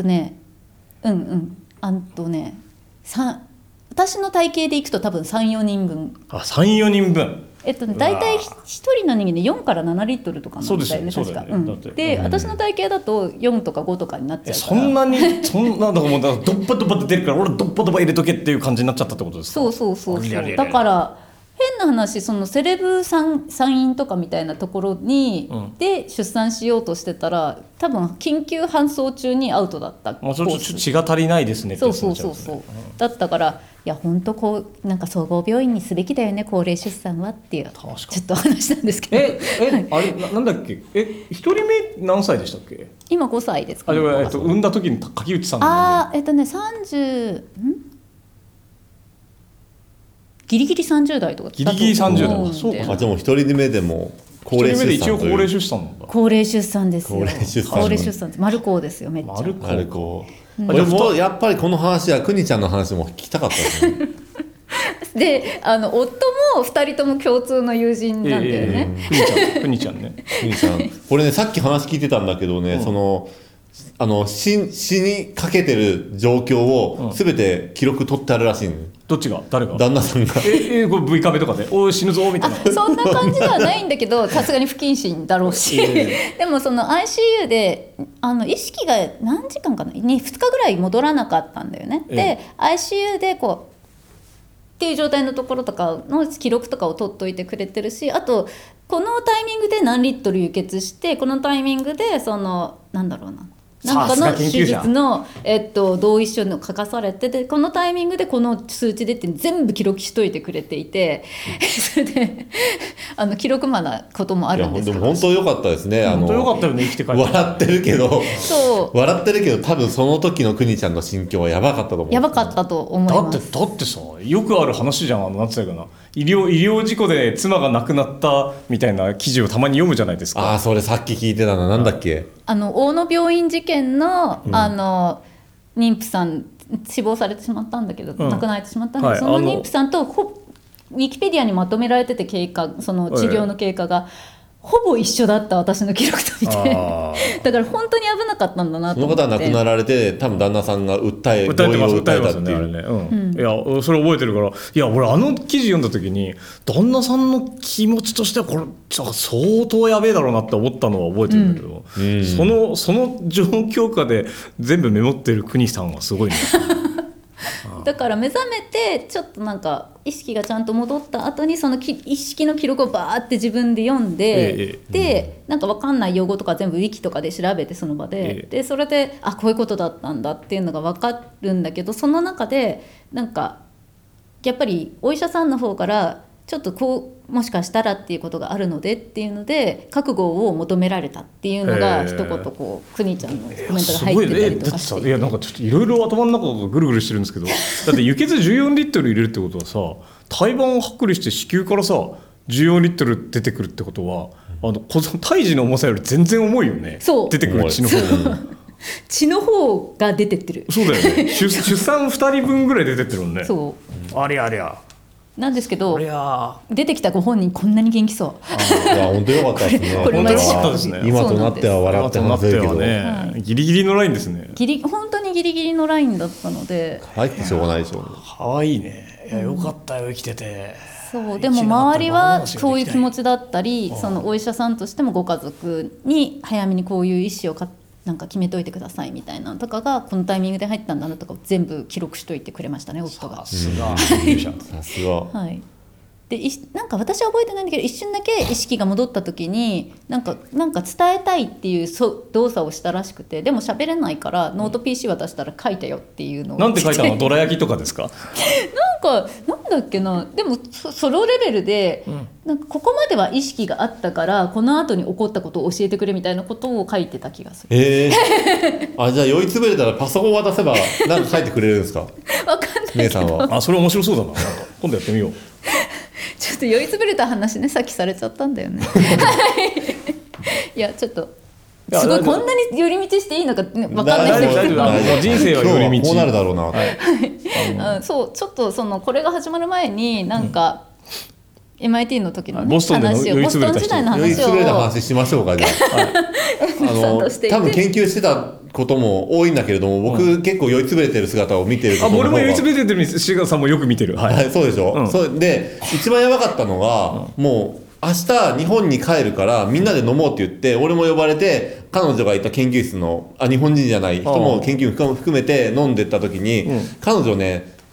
私の体型でいくと多分 3,4 人分。 3、4人分。 大体1人の人間で4から7リットルとかなんだよね、確か。で、私の体型だと4とか5とかになっちゃうから。 そんなだからもうドッパドッパって出るから、俺ドッパドッパ入れとけっていう感じになっちゃったってことですか？ そうだから変な話そのセレブ産院とかみたいなところに、で出産しようとしてたら多分緊急搬送中にアウトだったコース。 もうちょっと血が足りないですねってそうやつになっちゃそううんですね。 だったからいや本当こうなんか総合病院にすべきだよね高齢出産はっていう確かにちょっと話したんですけどあれなんだっけ一人目何歳でしたっけ？ 今5歳ですかあね。 産んだ時に柿内さんの年齢 30ギリギリ30代とかだとギリギリ30代思んでそうかあじゃあもう一人目でも高齢一人目で出産という一応高齢出産なんだ。 高齢出産ですよ。 高齢出産高齢出産です。丸高ですよめっちゃ。 丸子あれこう、 ん俺もやっぱりこの話はくにちゃんの話も聞きたかったですねで夫も2人とも共通の友人なんだよね。 くにちゃんね。 くにちゃんこれねさっき話聞いてたんだけどね、その死にかけてる状況を全て記録取ってあるらしいの、 どっちが誰が？ 旦那さんがこれ V 壁とかでおい死ぬぞみたいな。 そんな感じではないんだけどさすがに不謹慎だろうしでもその ICU で意識が何時間かな2日ぐらい戻らなかったんだよね。で ICU でこうっていう状態のところとかの記録とかを取っといてくれてるし、あとこのタイミングで何リットル輸血してこのタイミングでそのなんだろうななんかの手術の、同意書の書かされてでこのタイミングでこの数値でって全部記録しといてくれていてそれで記録魔なこともあるんですけど。 でも本当良かったですね。 本当良かったよね生きて帰って。 笑ってるけどそう笑ってるけど多分その時のくにちゃんの心境はやばかったと思う。 やばかったと思いだます。 ってさよくある話じゃんなんて言ったかな医療事故で妻が亡くなったみたいな記事をたまに読むじゃないですか。 ああそれさっき聞いてたな。なんだっけ？ 大野病院事件の、妊婦さん死亡されてしまったんだけど、亡くなってしまったんだけど、その妊婦さんとウィキペディアにまとめられてて経過その治療の経過が、ほぼ一緒だった私の記録と見てだから本当に危なかったんだなと思って。 その方は亡くなられて多分旦那さんが病院を訴えたっていう、 いやそれ覚えてるから。いや俺記事読んだ時に旦那さんの気持ちとしてはこれ相当やべえだろうなって思ったのは覚えてるんだけど、その状況下で全部メモってる国さんはすごいねだから目覚めてちょっとなんか意識がちゃんと戻った後にその意識の記録をバーって自分で読んで、でなんか分かんない用語とか全部ウィキとかで調べてその場で、でそれでこういうことだったんだっていうのが分かるんだけど、その中でなんかやっぱりお医者さんの方からちょっともしかしたらっていうことがあるのでっていうので覚悟を求められたっていうのが一言こうくにちゃんのコメントが入ってたりとかして、 いやなんかちょっといろいろ頭の中がぐるぐるしてるんですけどだって輸血14リットル入れるってことはさ胎盤を剥離して子宮からさ14リットル出てくるってことは胎児の重さより全然重いよね。 そう出てくる血の方が血の方が出てってる。 そうだよね出産2人分ぐらい出てってるもんね。 そうありゃありゃなんですけどいや出てきたご本人こんなに元気そう。 いや本当良かったですね。 これ本当良かったですね。 今となっては笑って話せるけど、 ね、ギリギリのラインですね。 本当にギリギリのラインだったので入ってしょうがないでしょう。 可愛いね。いやよかったよ生きてて。 そうでも周りはそういう気持ちだったりそのお医者さんとしてもご家族に早めにこういう意思をなんか決めといてくださいみたいなのとかがこのタイミングで入ったんだなとか全部記録しといてくれましたね夫が。 さすがさすが。 はいでなんか私は覚えてないんだけど一瞬だけ意識が戻った時になんか伝えたいっていう動作をしたらしくて、でも喋れないからノート PC 渡したら書いたよっていうのをなんて書いたの？どら焼きとかですか？ なんだっけな、でもソロレベルで、なんかここまでは意識があったからこの後に起こったことを教えてくれみたいなことを書いてた気がする。 じゃあ酔いつぶれたらパソコン渡せば何か書いてくれるんですか？ わかんないけど姉さんは。 それ面白そうだな。今度やってみよう。 ちょっと酔いつぶれた話ねさっきされちゃったんだよねいやちょっとすごいこんなに寄り道していいのか分かんないですけど人生は寄り道こうなるだろうな、 そうちょっとこれが始まる前になんか、MIT の時の、ね、 ボストンでの話をボストン時代の酔い話をつぶれた話しましょうか。じゃあ多分研究してたことも多いんだけれども僕、結構酔いつぶれてる姿を見てることの方が俺も酔いつぶれてる志賀さんもよく見てる。 そうでしょ、そうで一番やばかったのが、もう明日日本に帰るからみんなで飲もうって言って俺も呼ばれて彼女がいた研究室の日本人じゃない人も研究含めて飲んでった時に、彼女ね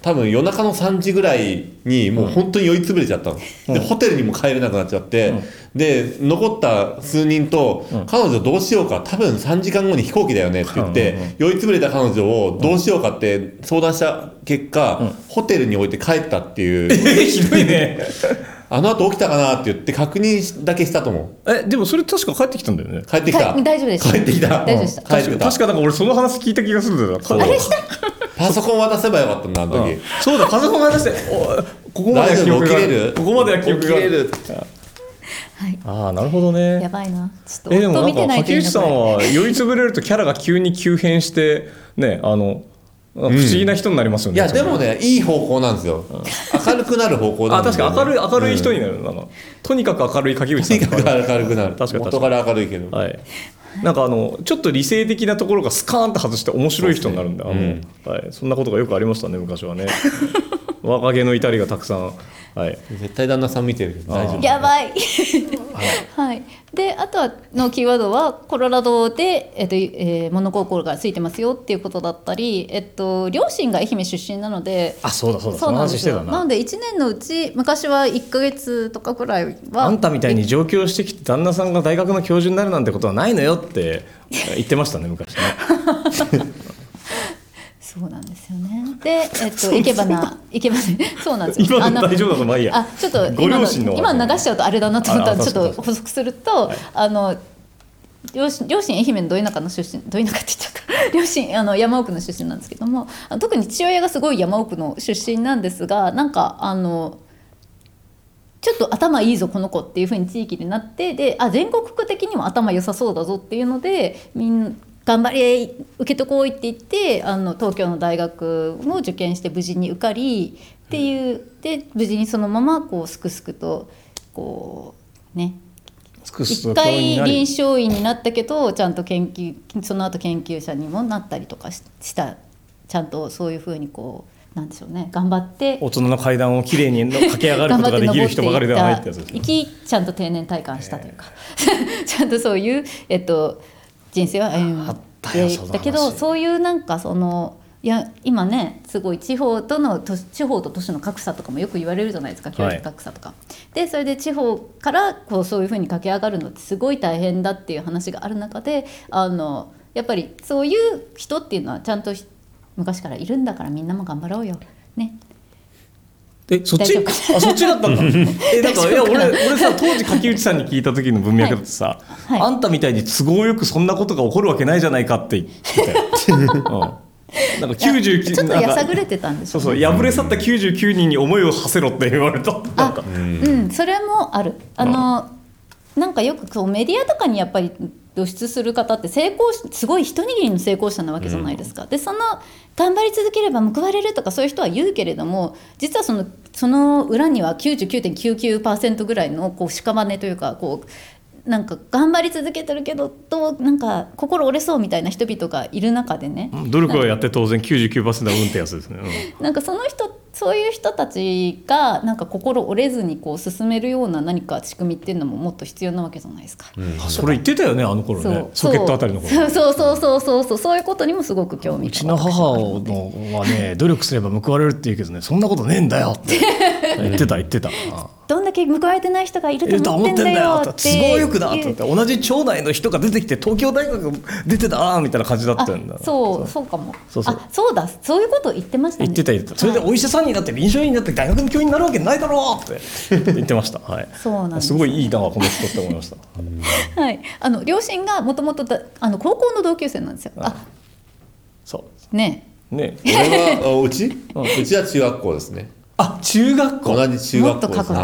多分夜中の3時ぐらいにもう本当に酔いつぶれちゃったの、でホテルにも帰れなくなっちゃって、で残った数人と、彼女どうしようか、多分3時間後に飛行機だよねって言って、酔いつぶれた彼女をどうしようかって相談した結果、ホテルに置いて帰ったっていう、 ひどいね。 あの後起きたかなって言って確認だけしたと思う。 でもそれ確か帰ってきたんだよね。 帰ってきた。 大丈夫でした。 帰ってきた。 大丈夫でした。 確かなんか俺その話聞いた気がするんだよ。 あれしたパソコン渡せばよかったんだあの時。 そうだ、パソコン渡して、ここまでは記憶がある。ここまでは記憶がある。 はい、 ああ、なるほどね。 やばいな。ちょっとでもなんか竹内さんは酔いつぶれるとキャラが急に急変してね、不思議な人になりますよね。 いやでもね、いい方向なんですよ。明るくなる方向なんですよ、ね。 確か明るい人になる。なんかとにかく明るい竹内さん。 とにかく明るくなる。 確かに元から明るいけど。 はい。なんかちょっと理性的なところがスカーンと外して面白い人になるんだ。はい。そんなことがよくありましたね、昔はね。若気の至りがたくさん。はい、 絶対旦那さん見てるけど大丈夫。 やばい。はい。であとはのキーワードはコロラドで物心がついてますよっていうことだったり、両親が愛媛出身なので、 そうだその話してたな。 なので1年のうち昔は1ヶ月とかくらいは、 あんたみたいに上京してきて旦那さんが大学の教授になるなんてことはないのよって言ってましたね昔ね。 そうなんですよね。で、生け花そうなんですよ。 今の大丈夫だとまあいいや。 ちょっと今流しちゃうとあれだなと思ったらちょっと補足すると、はい、両親愛媛のど田舎の出身、ど田舎って言っちゃった両親山奥の出身なんですけども、特に父親がすごい山奥の出身なんですが、なんかちょっと頭いいぞこの子っていう風に地域になって、で全国区的にも頭良さそうだぞっていうのでみんな頑張れ受けとこうって言って東京の大学も受験して無事に受かりっていう、で無事にそのままこうすくすくとこうね、一回臨床医になったけどちゃんとその後研究者にもなったりとかした、ちゃんとそういうふうにこうなんでしょうね、頑張って大人の階段をきれいに駆け上がることができる人ばかりではないってやつですね。 ちゃんと定年退官したというかちゃんとそういう人生は歩んでいったけど、そういうなんか今ねすごい地方と都市の格差とかもよく言われるじゃないですか、教育格差とか、はい、でそれで地方からそういうふうに駆け上がるのってすごい大変だっていう話がある中でやっぱりそういう人っていうのはちゃんと昔からいるんだからみんなも頑張ろうよね。 そっちだったんだ。なんか俺さ当時柿内さんに聞いた時の文脈だとさ、はい、あんたみたいに都合よくそんなことが起こるわけないじゃないかって言ってたよ。なんか99 ちょっとやさぐれてたんですよ、ね、 そう破れ去った99人に思いを馳せろって言われた。なんかそれもある。なんかよくこうメディアとかにやっぱり露出する方ってすごい一握りの成功者なわけじゃないですか、でその頑張り続ければ報われるとかそういう人は言うけれども、実はその裏には 99.99% ぐらいのこう屍というかこうなんか頑張り続けてるけどなんか心折れそうみたいな人々がいる中でね、 努力をやって当然 99% は運ってやつですね、 なんかそういう人たちがなんか心折れずにこう進めるような何か仕組みっていうのももっと必要なわけじゃないですか、 それ言ってたよねあの頃ね、ソケットあたりの頃。 そういうことにもどん興味うちの母はね努力すれば報われるって言うけどね、そんなことねえんだよって言ってたどんだけ報われてない人がいると思ってんだよって都合よくだって同じ町内の人が出てきて東京大学出てたみたいな感じだったんだ。 そうかも。そうだ、そういうことを言ってましたね。 言ってた。それでお医者さんになって臨床医になって大学の教員になるわけないだろうって言ってました。はい。 そうなんです。 すごいいいなこの人って思いました。 はい。両親がもともと高校の同級生なんですよ。 そうね。 俺はうちは中学校ですね。 中学校。 同じ中学校です。 もっと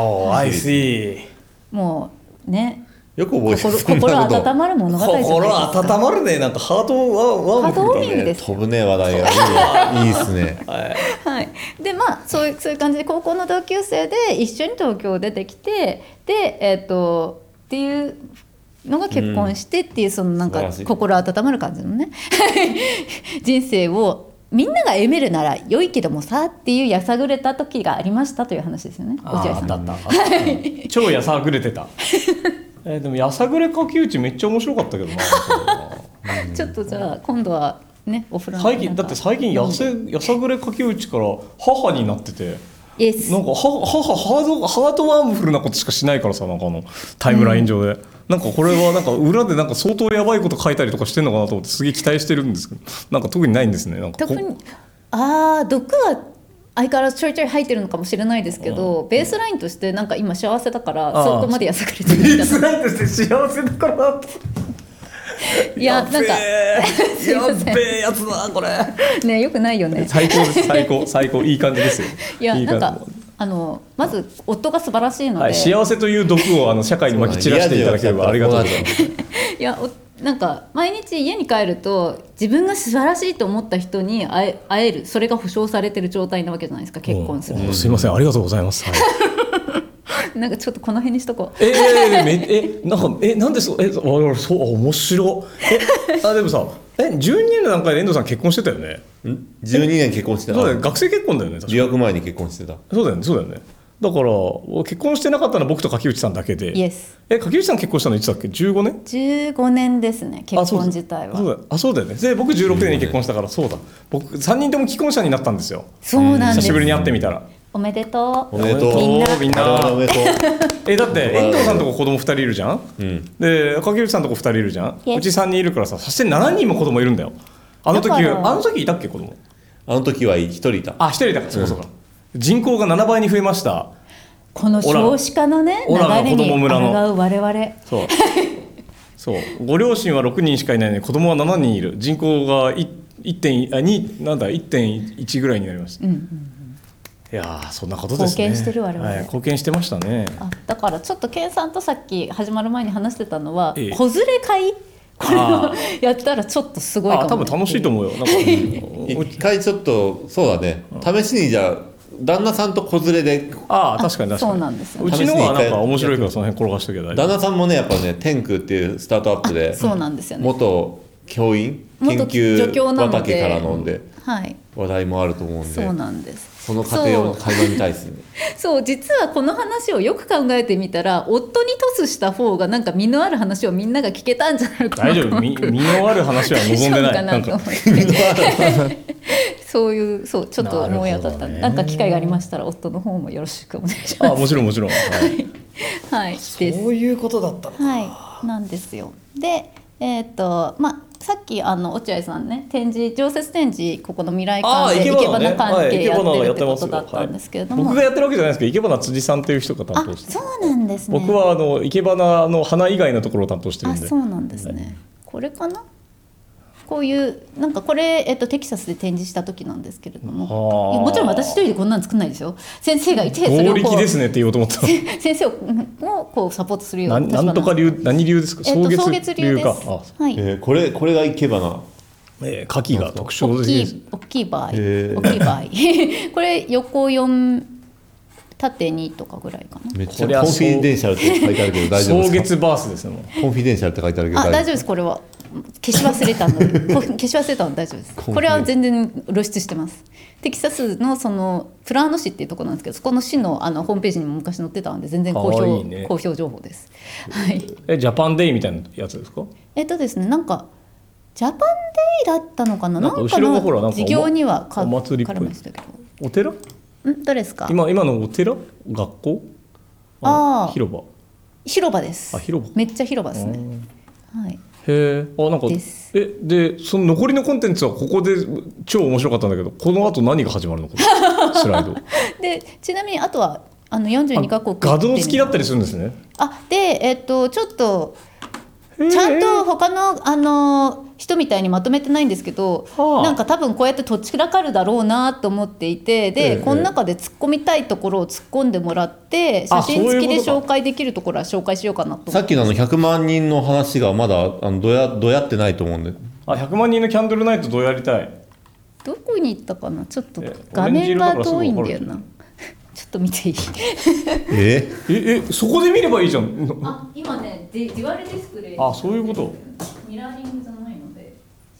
I see。 もうね。 よく覚えてる。 心温まる物語じゃないですか。 心温まるね、なんかハートワーミングです。 飛ぶね話題がいいですね。 はい。でそういう感じで高校の同級生で一緒に東京出てきて、でっていうのが結婚してっていうなんか心温まる感じのね人生を。みんなが歩めるなら良いけどもさっていうやさぐれた時がありましたという話ですよね。落合さん。 超やさぐれてた。でもやさぐれ柿内めっちゃ面白かったけどな。 ちょっとじゃあ今度はねお風呂最近だって最近やさぐれ柿内から母になってて、 イエスなんか母ハートワームフルなことしかしないからさ、なんかタイムライン上で、なんかこれはなんか裏でなんか相当やばいこと書いたりとかしてんのかなと思ってすげえ期待してるんですけど、なんか特にないんですね。なんか特に毒は相変わらずちょいちょい入ってるのかもしれないですけど、ベースラインとしてなんか今幸せだからそこまでやさぐれてるベースラインとして幸せだからなっていやなんかやっべえやつだこれねよくないよね。 最高です最高いい感じですよ。 いやいい感じなんかまず夫が素晴らしいので、 はい、幸せという毒を社会にまき散らしていただければありがとうございます。 いやなんか毎日家に帰ると自分が素晴らしいと思った人に会える、それが保証されてる状態なわけじゃないですか、結婚すると。 すいませんありがとうございます、はい、 なんかちょっとこの辺にしとこう。 なんでそう面白でもさ12年の段階で遠藤さん結婚してたよね。 12年結婚してた。 そうだよ、学生結婚だよね。 留学前に結婚してた。 そうだよね。だから結婚してなかったのは僕と柿内さんだけで。 イエス。 柿内さん結婚したのいつだっけ？15年 ？15年ですね、結婚自体は。 そうだよね。で僕16年に結婚したから、そうだ、僕3人とも既婚者になったんですよ。 そうなんです。 久しぶりに会ってみたらおめでとう。 おめでとう。 みんなおめでとう。 だって遠藤さんとこ子供2人いるじゃん、で柿内さんとこ2人いるじゃん、うち3人いるからさ、そして7人も子供いるんだよ。あの時いたっけ子供？ あの時は1人いた。 1人いたか、そうか。人口が7倍に増えました。 この少子化のね流れに抗う我々。 そうご両親は6人しかいないのに子供は7人いる。人口が1.1 ぐらいになりました。いやそんなことですね。 貢献してる我々、 はい、貢献してましたね。 だからちょっと健さんとさっき始まる前に話してたのは、子連れ会これをやったらちょっとすごいかも、ね、 多分楽しいと思うよ。なんか一回ちょっとそうだね、試しにじゃあ旦那さんと子連れで。 確かにそうなんですよ、ね、 うちのはなんか面白いからその辺転がしておけば大丈夫。 旦那さんもねやっぱね天空っていうスタートアップでそうなんですよね、 元教員研究畑からのんで、はい、話題もあると思うんで、 そうなんです。 その過程を垣間見たいですね。 そう実はこの話をよく考えてみたら夫にトスした方がなんか身のある話をみんなが聞けたんじゃないかなと思って。 大丈夫、身のある話は望んでない。なんかそういうちょっと思い当たった、なんか機会がありましたら夫の方もよろしくお願いします。 もちろんはい、 そういうことだったのか。 はいなんですよ。でさっき落合さんね常設展示ここの未来館で生け花関係やってるってことだったんですけれども、 僕がやってるわけじゃないですけど生け花辻さんという人が担当して。 そうなんですね。 僕は生け花の花以外のところを担当してるんで。 そうなんですね、これかな、こういうなんかこれ、テキサスで展示した時なんですけれども、もちろん私一人でこんなの作んないですよ。先生がいてそれを合力ですねって言おうと思った。 先生をこうサポートするような。なんとか流、何流ですか？草月流か。 これが生け花。 牡蠣が特徴的です。 大きい場合これ横4縦2とかぐらいかな。 めっちゃコンフィデンシャルって書いてあるけど大丈夫ですか？ 草月バースですね。 コンフィデンシャルって書いてあるけど大丈夫です。これは消し忘れたの大丈夫です。これは全然露出してます。テキサスのそのプラーノ市っていうところなんですけど、そこの市のホームページにも昔載ってたので全然公表情報です。はい。 ジャパンデイみたいなやつですか？ ですね、なんかジャパンデイだったのかな、なんかの事業には絡みましたけど。 お寺？どれですか？ 今のお寺？学校？広場です。めっちゃ広場ですね。はい。 へえ、なんかでその残りのコンテンツはここで超面白かったんだけど、この後何が始まるのこれスライドでちなみにあとは42カ国画像付きだったりするんですね。 でちょっとちゃんと他の人みたいにまとめてないんですけど、なんか多分こうやってとっちらかるだろうなと思っていて、でこの中で突っ込みたいところを突っ込んでもらって写真付きで紹介できるところは紹介しようかなと思って。 さっきの100万人の話がまだどやってないと思うんで。 100万人のキャンドルナイトどうやりたい？ どこに行ったかな、ちょっと画面が遠いんだよな。ちょっと見ていい？ そこで見ればいいじゃん。 今ねデュアルディスプレイ。 そういうこと。 ミラーリングじゃないので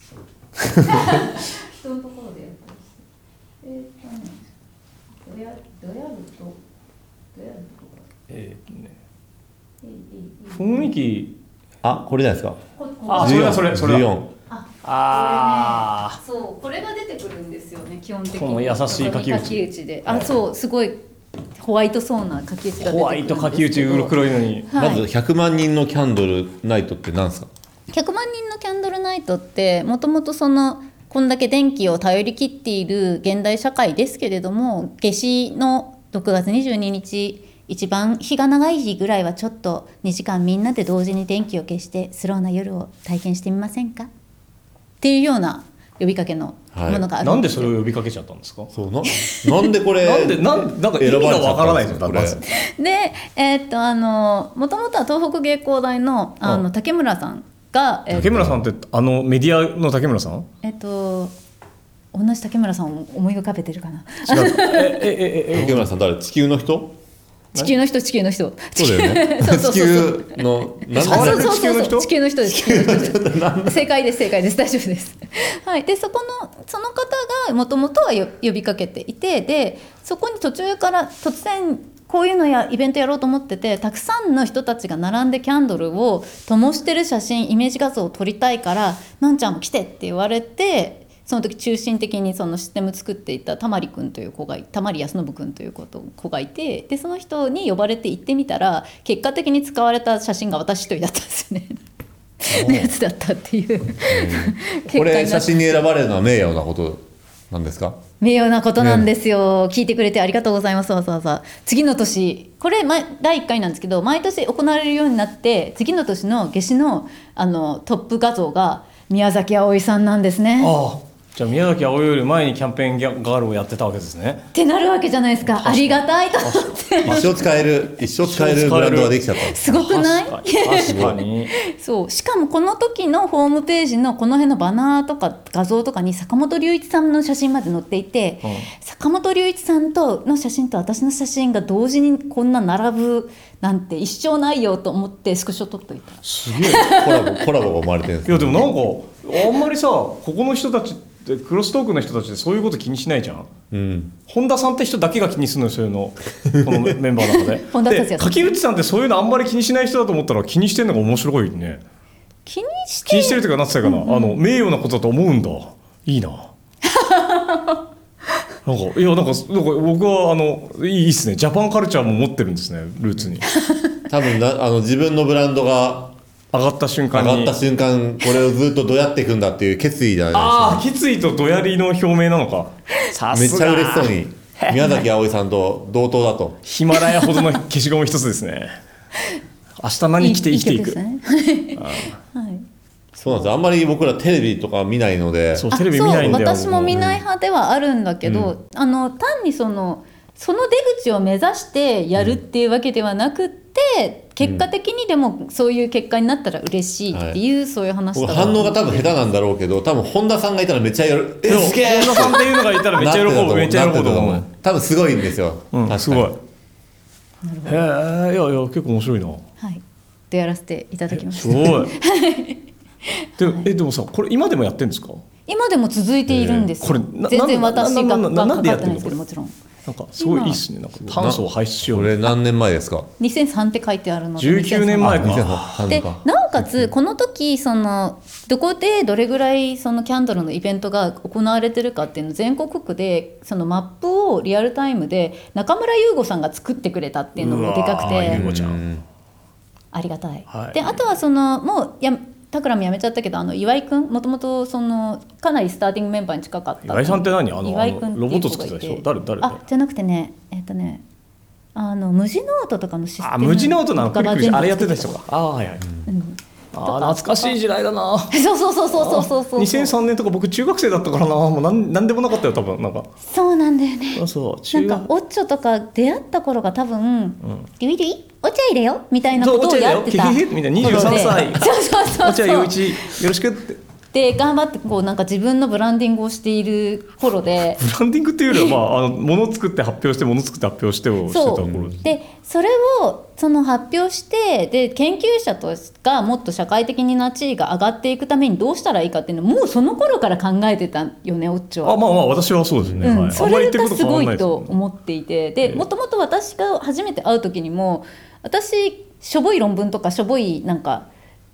人のところでやったりして、どやると雰囲気。 これじゃないですか。 それ14。 わそうこれが出てくるんですよね基本的に。 この優しい書き打ちで、そうすごいホワイトそうな書き打ちが出てくるんですけど。 ホワイト書き打ち黒いのに、 はい、 まず100万人のキャンドルナイトって何ですか 100万人のキャンドルナイトってもともとこんだけ電気を頼り切っている現代社会ですけれども、夏至の6月22日一番日が長い日ぐらいはちょっと2時間みんなで同時に電気を消してスローな夜を体験してみませんかっていうような呼びかけのものがあるなんでですよ。 それを呼びかけちゃったんですか。 そうなんでこれなんか意味がわからないですよ。 これでもともとは東北芸工大の竹村さんが、 竹村さんってメディアの竹村さん？ 同じ竹村さんを思い浮かべてるかな。 違う。 竹村さん誰？地球の人？ 地球の人。 そうだよね。地球のそう地球の人です。正解です大丈夫です。はい。でその方がもともとは呼びかけていて、でそこに途中から突然こういうのイベントやろうと思ってて、たくさんの人たちが並んでキャンドルを灯してる写真イメージ画像を撮りたいからなんちゃんも来てって言われて。その時中心的にそのシステム作っていたたまりくんという子がたまりやすのぶくんという子がいて、でその人に呼ばれて行ってみたら結果的に使われた写真が私一人だったんですよねのやつだったっていうこれ写真に選ばれるのは名誉なことなんですか？ 名誉なことなんですよ、聞いてくれてありがとうございます。わざわざ次の年これ第1回なんですけど毎年行われるようになって、次の年の夏至のトップ画像が宮崎あおいさんなんですね。 ああ、じゃあ宮崎あおいより前にキャンペーンガールをやってたわけですね。 ってなるわけじゃないですか。ありがたいと思って一生使えるブランドができちゃったすごくない？ 確かにそうしかもこの時のホームページのこの辺のバナーとか画像とかに坂本龍一さんの写真まで載っていて、坂本龍一さんの写真と私の写真が同時にこんな並ぶなんて一生ないよと思ってスクショ撮っといた。 すげえコラボが生まれてるんです。 いやでもなんかあんまりさここの人たちでクロストークの人たちでそういうこと気にしないじゃん、本田さんって人だけが気にするのよそういうのこのメンバーの中で本田達也さんで柿内さんってそういうのあんまり気にしない人だと思ったら気にしてるのが面白いね。 気にしてるというかなってたかな、名誉なことだと思うんだ。いいななんか僕はいいっすね。ジャパンカルチャーも持ってるんですねルーツに多分自分のブランドが上がった瞬間これをずっとどうやっていくんだっていう決意じゃないですか、ね、 ああ決意とどやりの表明なのか。さすがめっちゃ嬉しそうに宮崎あおいさんと同等だとヒマラヤほどの消しゴム一つですね明日何着て生きていく。 そうなんです。あんまり僕らテレビとか見ないので。 そうテレビ見ないんだよ。 私も見ない派ではあるんだけど、単にその出口を目指してやるっていうわけではなくて、結果的にでもそういう結果になったら嬉しいっていう、そういう話だ。 反応が多分下手なんだろうけど、多分本田さんがいたらめっちゃやる。 すげえ。本田さんっていうのがいたらめっちゃ喜ぶ。めっちゃ喜ぶと思う。 多分すごいんですよ。 すごい。へえ、いや結構面白いな。 はい。とやらせていただきました。 すごい。でもさ、これ今でもやってるんですか？ 今でも続いているんです。 これ全然私がなんでやってるの？ かかってないんですけど、もちろん。 なんかすごいいいっすね。なんか炭素を排出しよう。 これ何年前ですか ？2003って書いてあるので。 19年前か。 でなおかつこの時どこでどれぐらいそのキャンドルのイベントが行われてるかっていうのを全国区でそのマップをリアルタイムで中村優吾さんが作ってくれたっていうのもでかくて。 優吾ちゃん。 ありがたい。 はい、 であとはもうタクラム辞めちゃったけど岩井くんもともとかなりスターティングメンバーに近かった。 岩井さんって何？ 岩井くんロボット作ってたでしょ？誰？ じゃなくてね無地ノートとかのシステム。 無地ノートなの？あれやってた人か。はいはい。懐かしい時代だな。 そう 2003年とか僕中学生だったからな。もうなんでもなかったよ多分なんか。 そうなんだよね。 なんかオッチョとか出会った頃が多分リュイリーお茶入れよみたいなことをやってた。 みたいな23歳。 そう。 お茶陽一よろしくって。 で頑張ってなんか自分のブランディングをしている頃で。 ブランディングっていうよりは物作って発表して物作って発表してをしてた頃でそれを発表してで研究者がもっと社会的な地位が上がっていくためにどうしたらいいかっていうのをもうその頃から考えてたよねオッチョは。 まあ私はそうですね、 それがすごいと思っていてでもともと私が初めて会う時にも私しょぼい論文とかしょぼいなんか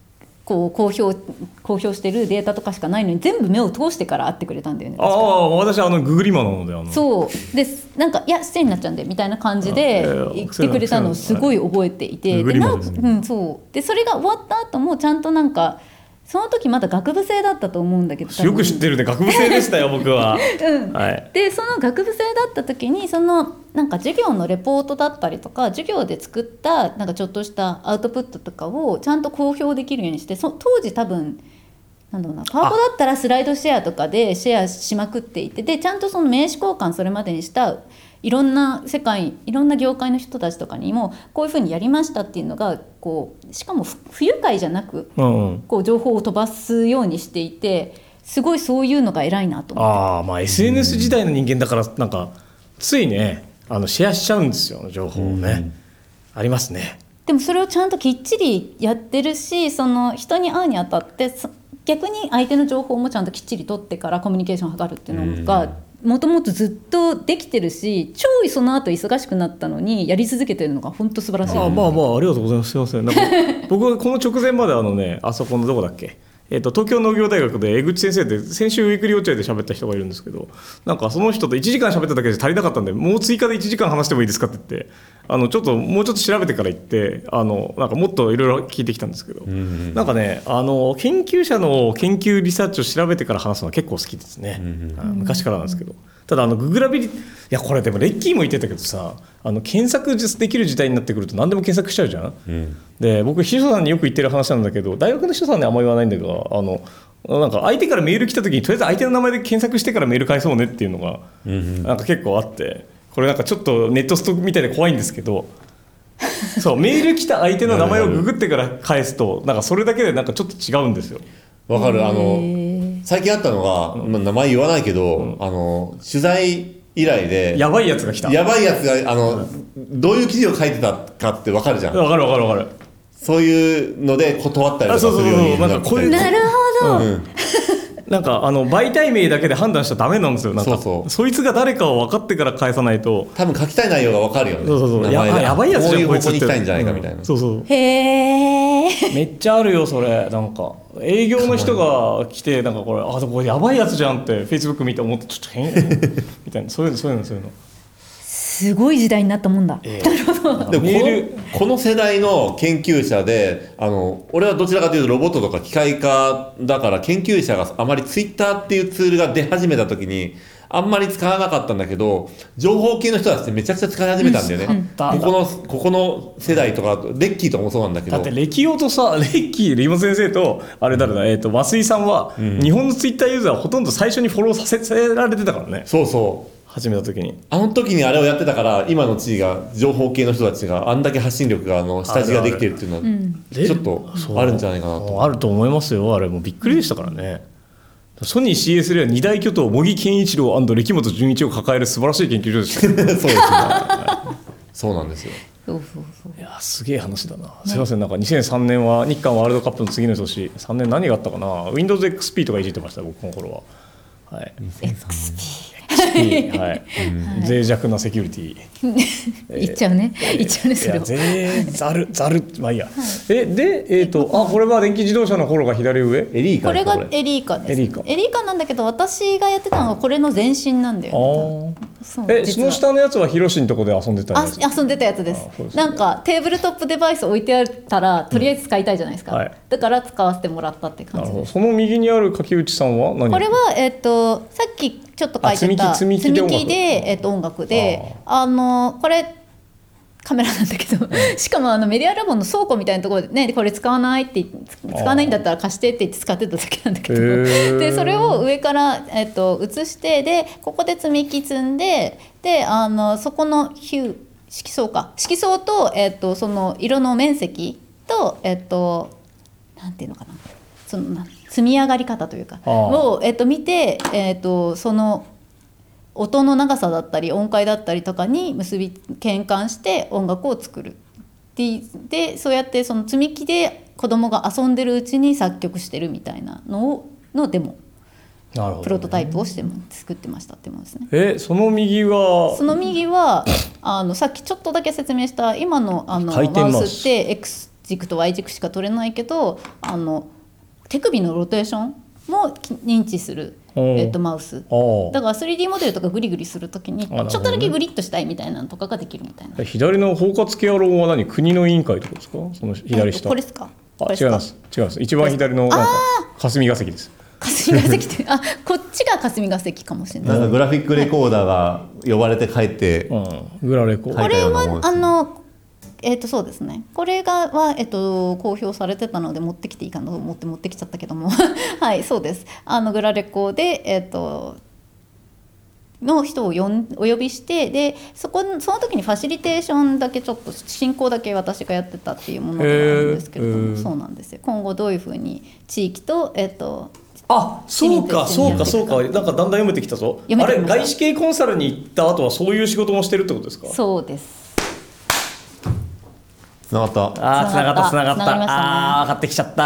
こう公表してるデータとかしかないのに全部目を通してから会ってくれたんだよね。 ああ、私ググリマなのでそうで、なんかいや出演になっちゃうんでみたいな感じで言ってくれたのをすごい覚えていて、そうでそれが終わった後もちゃんとなんかその時まだ学部生だったと思うんだけど、 よく知ってるね、学部生でしたよ僕は、 はい、でその学部生だった時にそのなんか授業のレポートだったりとか授業で作ったなんかちょっとしたアウトプットとかをちゃんと公表できるようにして、当時多分なんだろうな、パワポだったらスライドシェアとかでシェアしまくっていて、でちゃんとその名刺交換それまでにしたいろんな世界いろんな業界の人たちとかにもこういうふうにやりましたっていうのがこうしかも不愉快じゃなく、こう情報を飛ばすようにしていて、すごいそういうのが偉いなと思って。 まあ SNS 時代の人間だからなんかついねシェアしちゃうんですよ情報をね、ありますね。 でもそれをちゃんときっちりやってるし、その人に会うにあたって逆に相手の情報もちゃんときっちり取ってからコミュニケーションを図るっていうのがもともとずっとできてるし、超その後忙しくなったのにやり続けてるのが本当素晴らしい。 まあありがとうございます。すいません。なんか僕はこの直前まであそこのどこだっけ、東京農業大学で江口先生って先週ウィークリー落合で喋った人がいるんですけど、なんかその人と1時間喋っただけで足りなかったんで、もう追加で1時間話してもいいですかって言って、もうちょっと調べてから行ってなんかもっといろいろ聞いてきたんですけど、なんかね研究者の研究リサーチを調べてから話すのは結構好きですね、昔からなんですけど。ただググラビリ、いやこれでもレッキーも言ってたけどさ、検索できる時代になってくると何でも検索しちゃうじゃん、で僕秘書さんによく言ってる話なんだけど、大学の秘書さんにあんまり言わないんだけど、なんか相手からメール来た時にとりあえず相手の名前で検索してからメール返そうねっていうのがなんか結構あって、これなんかちょっとネットストみたいで怖いんですけどそうメール来た相手の名前をググってから返すとなんかそれだけでなんかちょっと違うんですよ。 わかる。最近あったのが、名前言わないけど、取材依頼でやばいやつが来た。 やばいやつがどういう記事を書いてたかってわかるじゃん。 わかる。 そういうので断ったりとかするようになって。 なるほど、 なんか媒体名だけで判断しちゃダメなんですよ。なんかそいつが誰かを分かってから返さないと多分書きたい内容が分かるよね。 そうやばいやつじゃんこいつって、 こういう方向に行きたいんじゃないかみたいな、 へえめっちゃあるよそれ。なんか営業の人が来てなんかこれやばいやつじゃんってフェイスブック見て思ってちょっと変みたいなそういうのすごい時代になったもんだ、 でもこの世代の研究者で俺はどちらかというとロボットとか機械化だから研究者があまりツイッターっていうツールが出始めた時にあんまり使わなかったんだけど、情報系の人たちってめちゃくちゃ使い始めたんだよね、ここの世代とかレッキーとかもそうなんだけど、 だってレキオとさレッキーリモ先生とあれ誰だ、増井さんは、日本のツイッターユーザーはほとんど最初にフォローさせられてたからね。 そう始めた時にあの時にあれをやってたから今の地位が情報系の人たちがあんだけ発信力が下地ができてるっていうのはちょっとあるんじゃないかなと。 あると思いますよ。あれもうびっくりでしたからね。ソニー CSL は二大巨頭茂木健一郎&歴本純一を抱える素晴らしい研究所でしたそうですねそうなんですよ。 いやすげえ話だな。すいません。なんか2003年は日韓ワールドカップの次の年3年何があったかな。 Windows XP とかいじってました僕の頃は。はい、XP、はい脆弱なセキュリティ言っちゃうねそれをざるまあいいや、でこれは電気自動車の頃が左上エリーカこれがエリーカです。エリーカなんだけど私がやってたのがこれの前身なんだよね。 その下のやつはヒロシのとこで遊んでたやつ。 遊んでたやつです。なんかテーブルトップデバイス置いてあったらとりあえず使いたいじゃないですか、だから使わせてもらったって感じです。 その右にある柿内さんは何？ これはさっきちょっと書いてた積み木で音楽でこれカメラなんだけどしかもメディアラボの倉庫みたいなところでねこれ使わないって使わないんだったら貸してって言って使ってただけなんだけどでそれを上から、写してでここで積み木積んでそこの色相と、その色の面積となんていうのかなその積み上がり方というかを、見て、その音の長さだったり音階だったりとかに鍵換して音楽を作るでそうやってその積み木で子供が遊んでるうちに作曲してるみたいなのデモプロトタイプを作ってましたってもんですね。 その右はさっきちょっとだけ説明した今のマウスって X 軸と Y 軸しか取れないけど手首のロテーションも認知する、マウスだから 3D モデルとかグリグリするときにちょっとだけグリッとしたいみたいなのとかができるみたいな。 左の包括ケアローは何、国の委員会とかですか？その左下、 これですか？ 違います一番左のなんか霞が関です。 霞が関ってこっちが霞が関かもしれない。 なんかグラフィックレコーダーが呼ばれて帰って、 グラレコこれはそうですね、これがは、公表されてたので持ってきていいかなと思って持ってきちゃったけどもはいそうです、グラレコで、の人をお呼びして、でその時にファシリテーションだけちょっと進行だけ私がやってたっていうものがあるんですけれども、そうなんですよ。今後どういうふうに地域とそうかなんかだんだん読めてきたぞ。あれ外資系コンサルに行った後はそういう仕事もしてるってことですか？ そうです。 つながった。 つながった分かってきちゃった。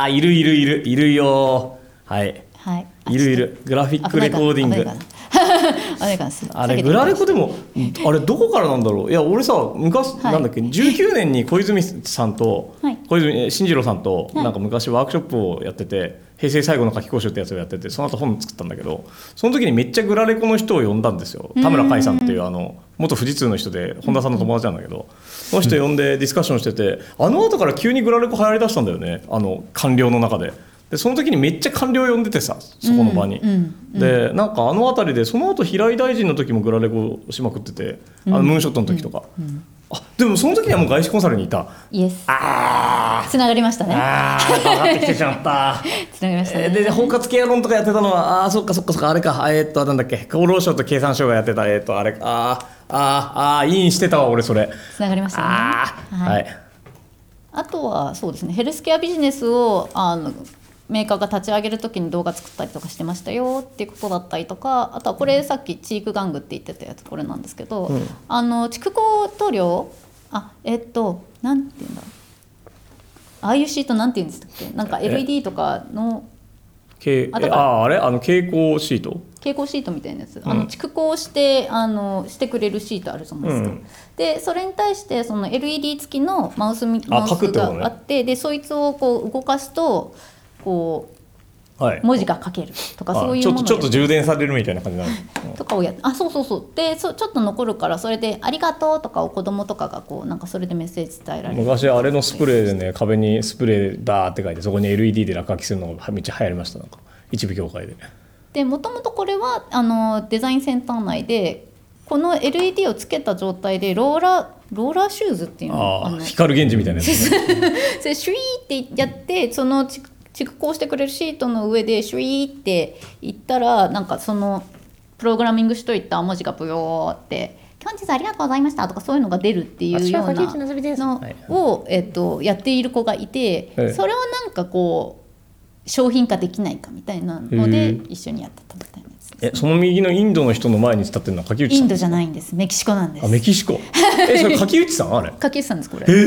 いるよ。はい、いるグラフィックレコーディングあれグラレコでもあれどこからなんだろう。いや俺さ昔、なんだっけ19年に小泉さんと、小泉進次郎さんとなんか昔ワークショップをやってて、平成最後の夏期講習ってやつをやってて、その後本作ったんだけど、その時にめっちゃグラレコの人を呼んだんですよ。田村海さんっていう元富士通の人で本田さんの友達なんだけど、その人呼んでディスカッションしてて、後から急にグラレコ流行りだしたんだよね、官僚の中で。でその時にめっちゃ官僚呼んでてさ、そこの場に、でなんか辺りでその後平井大臣の時もグラレコしまくってて、ムーンショットの時とか、でもその時にはもう外資コンサルにいた。 イエス。つながりましたね。 分かってきてしまったつながりましたね。 で包括ケア論とかやってたのはそっかあれか、なんだっけ、厚労省と経産省がやってたあれ委員してたわ俺それ。 つながりましたね。はい。あとはそうですね、ヘルスケアビジネスをメーカーが立ち上げるときに動画作ったりとかしてましたよっていうことだったりとか、あとはこれさっきチーク玩具って言ってたやつ、これなんですけど、蓄光塗料なんていうんだ、ああいうシートなんていうんでしたっけ、なんか LED とかの蛍光シート、 蛍光シートみたいなやつ、蓄光してくれるシートあるじゃないですか、でそれに対してその LED 付きのマウスがあって、でそいつをこう動かすとこう文字が書けるとか、そういうものちょっと充電されるみたいな感じになるとかをやって、そうでちょっと残るから、それでありがとうとかを子供とかがこうなんかそれでメッセージ伝えられる。 昔あれのスプレーでね、壁にスプレーバーって書いてそこに LED で落書きするのがめっちゃ流行りました。なんか一部業界で。 でもともとこれはデザインセンター内でこの LED をつけた状態でローラーシューズっていうの、 光源氏みたいなやつねそれシュイーってやって、その蓄光してくれるシートの上でシュイーっていったら、なんかそのプログラミングしといた文字がブヨーって本日ありがとうございましたとか、そういうのが出るっていうようなのを、やっている子がいて、それをなんかこう商品化できないかみたいなので一緒にやってたみたいなやつです。 その右のインドの人の前に立ってるのは柿内さん？ インドじゃないんです、メキシコなんです。 メキシコそれ柿内さん？あれ柿内さんです、これ。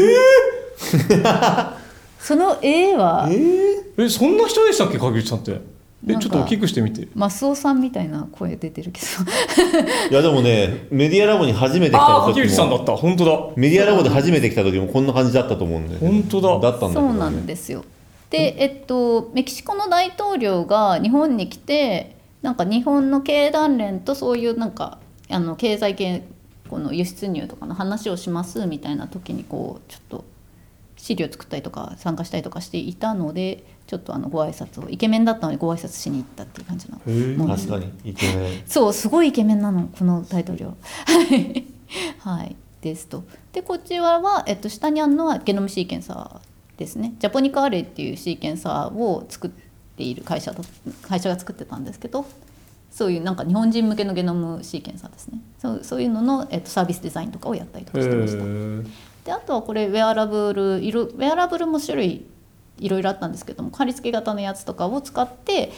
その絵はそんな人でしたっけ、柿内さんって。ちょっと大きくしてみて。 マスオさんみたいな声出てるけどいやでもね、メディアラボに初めて来た時も、 柿内さんだった。本当だ。 メディアラボで初めて来た時もこんな感じだったと思うんで。 本当だ。 だったんだけどね。 そうなんですよ。でメキシコの大統領が日本に来て、なんか日本の経団連とそういうなんか経済系この輸出入とかの話をしますみたいな時にこうちょっと資料作ったりとか参加したりとかしていたので、ちょっとご挨拶を、イケメンだったのでご挨拶しに行ったっていう感じなの。 確かにイケメン。 そう、すごいイケメンなのこの大統領はいですと。でこちらは、下にあるのはゲノムシーケンサーですね。ジャポニカアレイっていうシーケンサーを作っている会社が作ってたんですけど、そういうなんか日本人向けのゲノムシーケンサーですね。そういうのの、サービスデザインとかをやったりとかしてました。であとはこれウェアラブルも種類いろいろあったんですけども、貼り付け型のやつとかを使って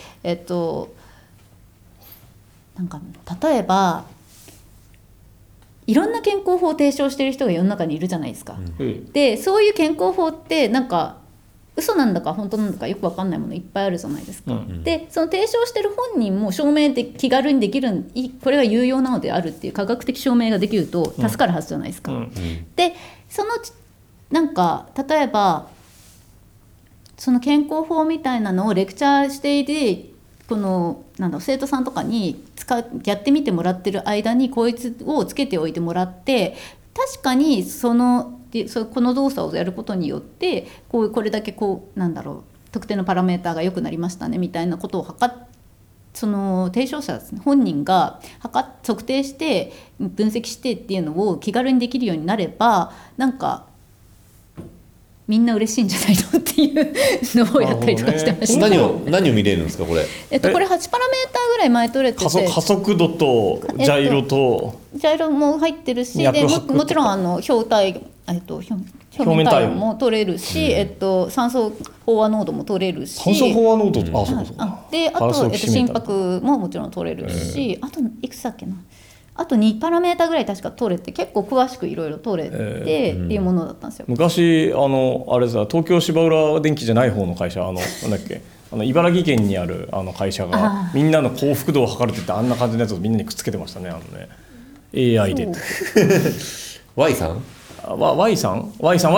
なんか例えばいろんな健康法を提唱している人が世の中にいるじゃないですか、でそういう健康法ってなんか嘘なんだか本当なんだかよく分かんないものいっぱいあるじゃないですか、でその提唱してる本人も証明で気軽にできる、これが有用なのであるっていう科学的証明ができると助かるはずじゃないですか、でそのなんか例えばその健康法みたいなのをレクチャーしていて、この生徒さんとかにやってみてもらってる間にこいつをつけておいてもらって、確かにこの動作をやることによってこれだけ特定のパラメーターが良くなりましたねみたいなことをその提唱者ですね、本人が測定して分析してっていうのを気軽にできるようになれば、なんかみんな嬉しいんじゃないのっていうのをやったりとかしてました。 何を見れるんですかこれ？ これ8パラメーターぐらい前取れてて、 加速度とジャイロと、 ジャイロも入ってるし、で もちろん表面体温も取れるし、酸素飽和濃度も取れるし、 酸素飽和濃度、 であと心拍ももちろん取れるし、あといくつだっけな、あと2パラメータぐらい確か取れて、結構詳しくいろいろ取れてっていうものだったんですよ。 昔あれさ、東京芝浦電機じゃない方の会社、なんだっけ、茨城県にある会社がみんなの幸福度を測るって言って、あんな感じのやつをみんなにくっつけてましたね、AI で。 Y さん ？Y さん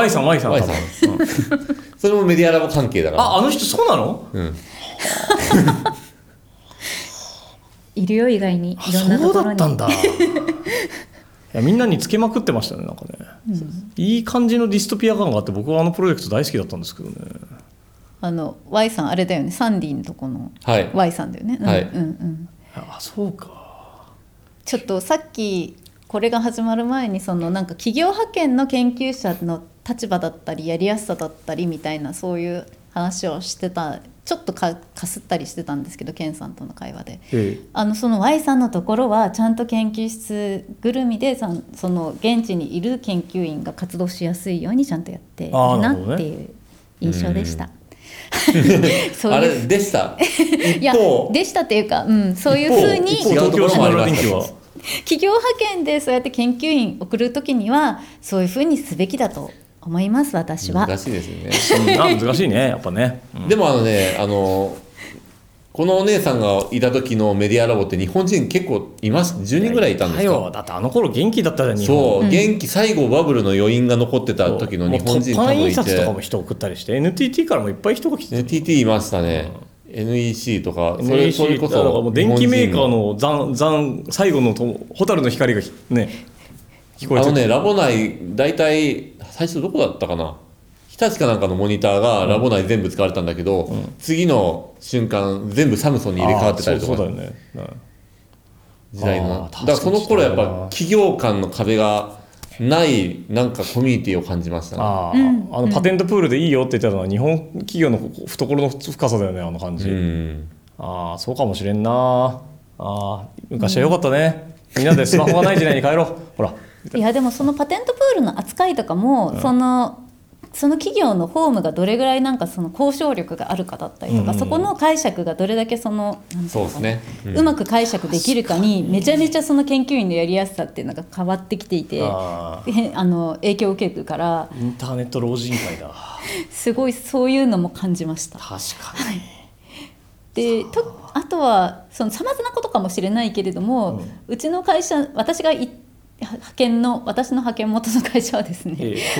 それもメディアラボ関係だから。 あの人そうなの？ いるよ、意外にいろんなところに。 そうだったんだ。いや、みんなにつけまくってましたね、なんかね、いい感じのディストピア感があって、僕はプロジェクト大好きだったんですけどね。 Y さんあれだよね、サンディのとこの Y さんだよね。 そうか。 ちょっとさっきこれが始まる前になんか企業派遣の研究者の立場だったりやりやすさだったりみたいな、そういう話をしてた、ちょっとかすったりしてたんですけど、ケンさんとの会話で、その Y さんのところはちゃんと研究室ぐるみでその現地にいる研究員が活動しやすいようにちゃんとやっているなっていう印象でした。 あれでした。 いやでしたっていうか、そういうふうに企業派遣でそうやって研究員送るときにはそういうふうにすべきだと思います、私は。 難しいですよね。 難しいね、やっぱね。 でもこのお姉さんがいた時のメディアラボって日本人結構います。10人ぐらいいたんですか？ だって頃元気だったじゃん、日本。 そう、元気、最後バブルの余韻が残ってた時の日本人多分いて、 印刷とかも人送ったりして、 NTT からもいっぱい人が来てた。 NTT いましたね。NEC とか、それこそもう電機メーカーの最後の蛍の光がね聞こえてる。 ラボ内大体最初どこだったかな、日立かなんかのモニターがラボ内全部使われたんだけど、次の瞬間全部サムソンに入れ替わってたりとか、 そうだよね、 時代の。だからその頃やっぱ企業間の壁がないなんかコミュニティを感じましたね。 パテントプールでいいよって言ってたのは日本企業の懐の深さだよね、あの感じ。そうかもしれんな。昔は良かったね、みんなでスマホがない時代に帰ろう。ほら、 いやでもそのパテントプールの扱いとかも、その企業のフォームがどれぐらいなんかその交渉力があるかだったりとか、そこの解釈がどれだけそうですね、うまく解釈できるかにめちゃめちゃその研究員のやりやすさっていうのが変わってきていて、影響を受けるから。 インターネット老人会だ。 すごいそういうのも感じました。 確かに。 であとはさまざまなことかもしれないけれども、うちの会社、私の派遣元の会社はですね、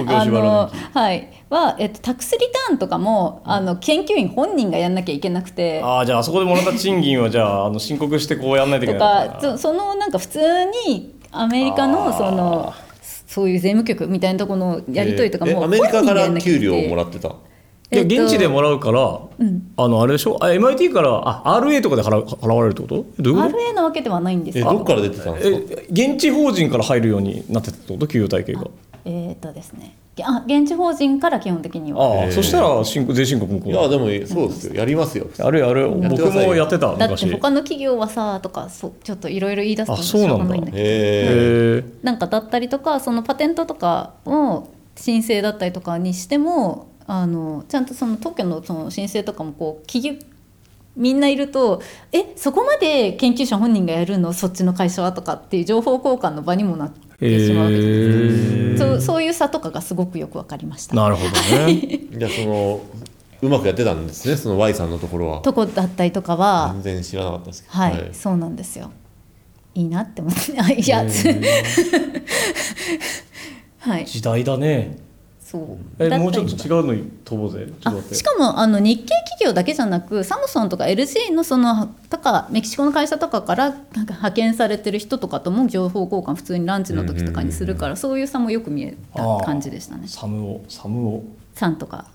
タックスリターンとかも研究員本人がやんなきゃいけなくて、 じゃあそこでもらった賃金はじゃあ申告してこうやんないといけないとか、なんか普通にアメリカのそういう税務局みたいなところのやり取りとかも、 アメリカから給料をもらってた？ いや現地でもらうから、あれでしょ、MIT から、RA とかで払われるってこと？どういうこと？ RA なわけではないんですどっから出てたんですか？ 現地法人から入るようになってたってこと？給与体系が。 ですね、現地法人から基本的には。 そしたら税申告もこう。 いやでもそうですよ、やりますよ。 あれ僕もやってた。 だって他の企業はさとかちょっといろいろ言い出すとしょうがないんだけど、なんかだったりとか、そのパテントとかを申請だったりとかにしても、ちゃんとその特許のその申請とかもみんないると、そこまで研究者本人がやるのそっちの会社はとかっていう情報交換の場にもなってしまうわけです。そういう差とかがすごくよく分かりました。 なるほどね。 じゃあうまくやってたんですね、その Y さんのところは。 とこだったりとかは全然知らなかったですけど。 はい、そうなんですよ。いいなって思って。いやはい、 時代だね。 そうもうちょっと違うのに飛ぼうぜ。ちょっと待って。 しかも日系企業だけじゃなくサムソンとか LG のそのとかメキシコの会社とかからなんか派遣されてる人とかとも情報交換普通にランチの時とかにするから、そういう差もよく見えた感じでしたね。 サムオさんとか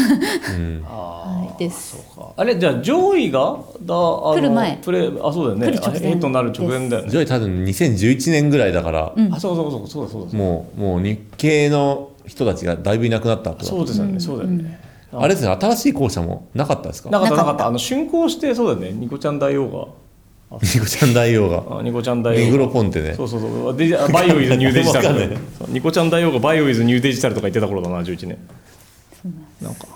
ですそうか。あれじゃあ上位が来る前そうだよね。 来る直前ヘッドになる直前だよね。 ジョイ多分2011年ぐらいだから、 そうだ。 もう日系の人たちがだいぶいなくなった後だ。 そうですよね。そうだよね。 あれですね、新しい校舎もなかったですか？ なかった。竣工してそうだよね。ニコちゃん大王が。 ニコちゃん大王が。 ニコちゃん大王。 目黒ポンテね。 そうバイオイズニューデジタル。ニコちゃん大王がバイオイズニューデジタルとか言ってた頃だな、11年。なんか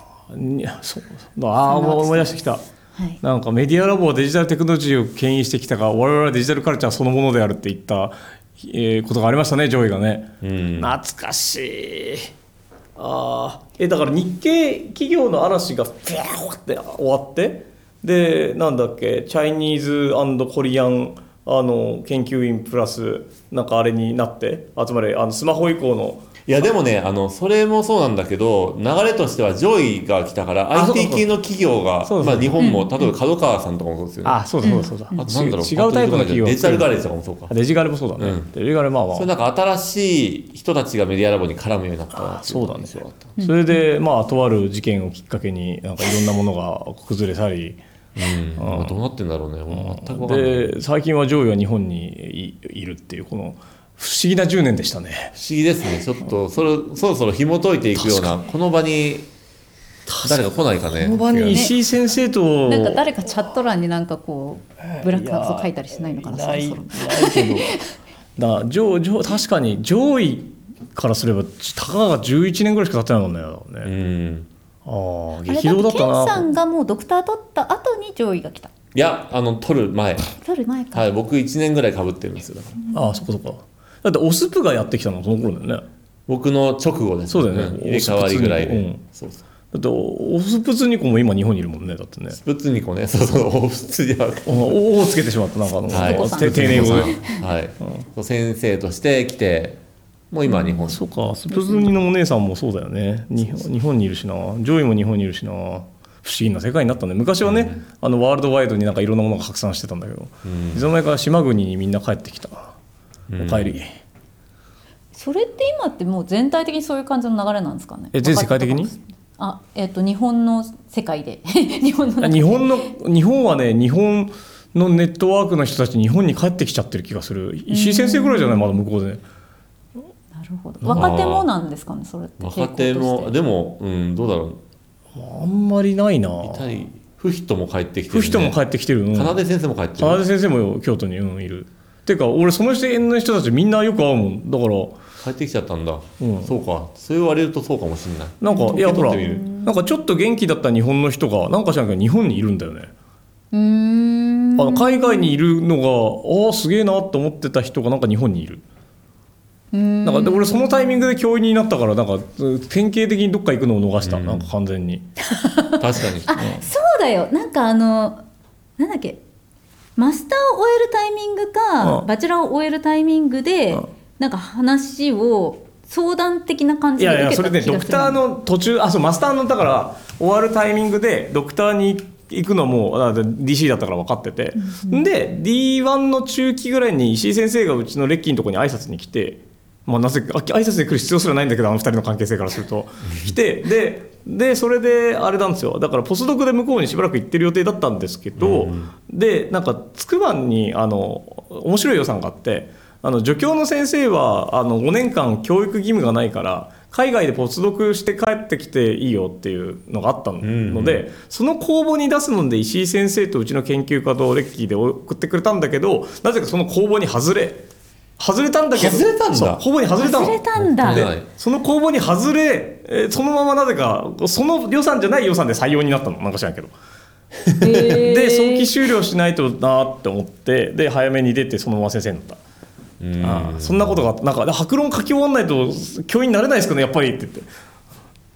思い出してきた。なんかメディアラボはデジタルテクノロジーを牽引してきたが、我々はデジタルカルチャーそのものであるって言ったことがありましたね、ジョイがね。懐かしい。だから日系企業の嵐がピャーって終わって、でなんだっけ、チャイニーズ&コリアン研究員プラスなんかあれになって、つまりスマホ以降の。 いやでもね、それもそうなんだけど、流れとしてはジョイが来たから IT 系の企業が、日本も例えば角川さんとかもそうですよね。 そうだ。 あとなんだろう、 違うタイプの企業、 デジタルガレージとかもそうか。 デジガレもそうだね。デジガレそれなんか新しい人たちがメディアラボに絡むようになったそうなんですよ。それでとある事件をきっかけになんかいろんなものが崩れ去り。 どうなってんだろうね。全く分かんない。 で最近はジョイは日本にいるっていうこの不思議な10年でしたね。 不思議ですね。ちょっとそろそろ紐解いていくような、この場に誰か来ないかね。 この場に石井先生となんか誰かチャット欄になんかこうブラックハック書いたりしないのかな。 ないけど確かに上位からすればたかが11年ぐらいしか経ってないもんね。激動だったな。 ケンさんがもうドクター取った後に上位が来た。 いや取る前か。 はい、僕1年ぐらい被ってるんですよ。だからそこだってオスプがやってきたのその頃だよね。 僕の直後です。 そうだよね。 入れ替わりぐらいで。 だってオスプツニコも今日本にいるもんね。だってね。 スプツニコね。オスプツニコをつけてしまったなんか丁寧語で。 先生として来て。もう今は日本。 そうか、スプツニのお姉さんもそうだよね。日本にいるしな、ジョイも日本にいるしな。不思議な世界になったね。昔はね、ワールドワイドになんかいろんなものが拡散してたんだけど、いつの間にか島国にみんな帰ってきた。お帰り。 それって今ってもう全体的にそういう感じの流れなんですかね。 全世界的に？ 日本の世界で日本はね、日本のネットワークの人たち日本に帰ってきちゃってる気がする。石井先生ぐらいじゃないまだ向こうで。 なるほど。若手もなんですかね、それって。 若手もでも、どうだろう。 あんまりないな。 フヒトも帰ってきてる、ね。 フヒトも帰ってきてる。 かなで先生も帰ってる。 かなで先生も京都にいる。てか俺その人たちみんなよく会うもんだから。 帰ってきちゃったんだ。そうか。そう言われるとそうかもしれない。 なんかいやほらなんかちょっと元気だった日本の人がなんか知らんけど日本にいるんだよね。海外にいるのがすげえなと思ってた人がなんか日本にいる。なんかで俺そのタイミングで教員になったからなんか典型的にどっか行くのを逃した、なんか完全に。 確かに。 そうだよ。なんかなんだっけ、マスターを終えるタイミングかバチェラーを終えるタイミングでなんか話を相談的な感じで受けた気がする。 いやそれでドクターの途中そうマスターのだから終わるタイミングでドクターに行くのもDC だったから分かってて、で D1 の中期ぐらいに石井先生がうちのレッキーのところに挨拶に来て。なぜか挨拶に来る必要すらないんだけど2人の関係性からすると来てでそれであれなんですよ。だからポスドクで向こうにしばらく行ってる予定だったんですけど、でなんか筑波に面白い予算があって助教の先生は5年間教育義務がないから海外でポスドクして帰ってきていいよっていうのがあったので、その公募に出すので石井先生とうちの研究家とレッキーで送ってくれたんだけど、なぜかその公募に外れたんだけど、公募に外れたの。でその公募に外れ、そのままなぜかその予算じゃない予算で採用になったの。なんか知らんけどで早期終了しないとなって思ってで早めに出てそのまま先生になった。そんなことがなんか白論書き終わんないと教員になれないですかねやっぱりって言って。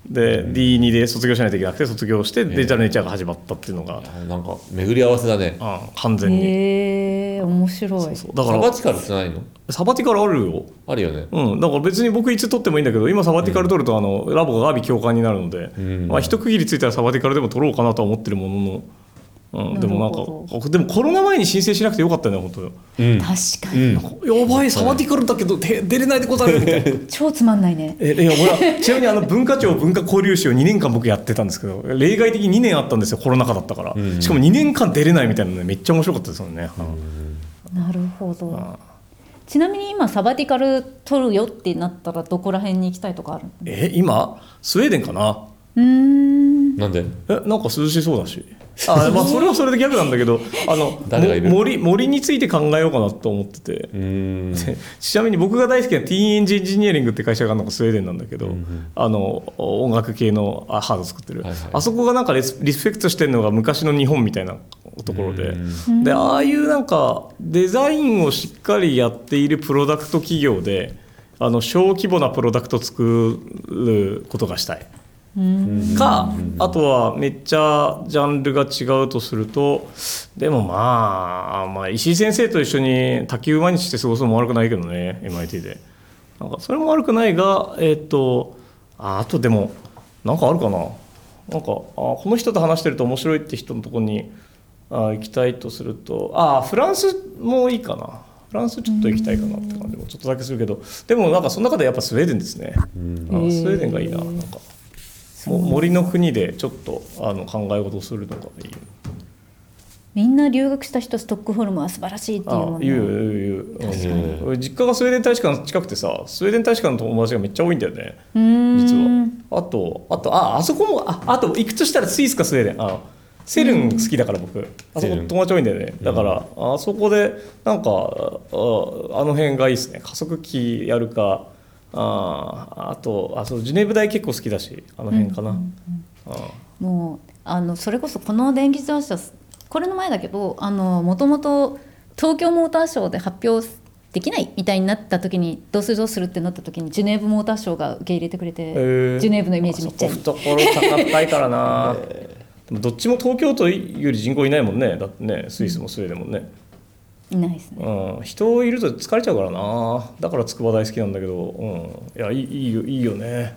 で D2 で卒業しないといけなくて卒業してデジタルネイチャーが始まったっていうのが、 なんか巡り合わせだね。 完全に。 面白い。 そうだからサバティカルってないの？ サバティカルあるよ。 あるよね。 だから別に僕いつ取ってもいいんだけど、今サバティカル取るとラボがガビ教官になるので、一区切りついたらサバティカルでも取ろうかなとは思ってるものの、でもなんかでもコロナ前に申請しなくてよかったよね本当。 確かに、 やばいサバティカルだけど出れないでござるみたいな。 超つまんないね。 いや俺ちなみに文化庁文化交流士を2年間僕やってたんですけど、例外的に2年あったんですよ、コロナ禍だったから。しかも2年間出れないみたいなのね、めっちゃ面白かったですよね。 なるほど。ちなみに今サバティカル取るよってなったらどこら辺に行きたいとかある？ 今スウェーデンかな。 なんで？ なんか涼しそうだし。まあそれはそれで逆なんだけど、 誰がいる？ 森について考えようかなと思ってて。ちなみに僕が大好きなティーンエンジニアリングって会社がなんかスウェーデンなんだけど、音楽系のハード作ってる、あそこがなんかリスペクトしてるのが昔の日本みたいなところで、ああいうなんかデザインをしっかりやっているプロダクト企業で小規模なプロダクト作ることがしたい。か、あとはめっちゃジャンルが違うとすると、でもまあ石井先生と一緒に卓球毎日して過ごすのも悪くないけどね、 MIT でなんかそれも悪くないが、あとでもなんかあるかな、なんかこの人と話してると面白いって人のところに行きたいとすると、フランスもいいかな。フランスちょっと行きたいかなって感じもちょっとだけするけど、でもなんかその中でやっぱスウェーデンですね。スウェーデンがいいな。なんか森の国でちょっと考え事をするのがいい。 みんな留学した人ストックホルムは素晴らしいっていうもんね。 言う。俺実家がスウェーデン大使館近くてさ、スウェーデン大使館の友達がめっちゃ多いんだよね実は。あそこもあと行くとしたらスイスかスウェーデン。セルン好きだから僕、あそこ友達多いんだよね。だからあそこでなんかの辺がいいですね。加速器やるか、あとジュネーブ大結構好きだし、あの辺かな。 もうそれこそこの電気自動車、これの前だけどもともと東京モーターショーで発表できないみたいになった時にどうするってなった時にジュネーブモーターショーが受け入れてくれて、ジュネーブのイメージめっちゃいい。 懐高いからな。でもどっちも東京都より人口いないもんね。だってね、スイスもスウェーデンもね、 いないですね。 人いると疲れちゃうからな。だから筑波大好きなんだけど、いやいいよね。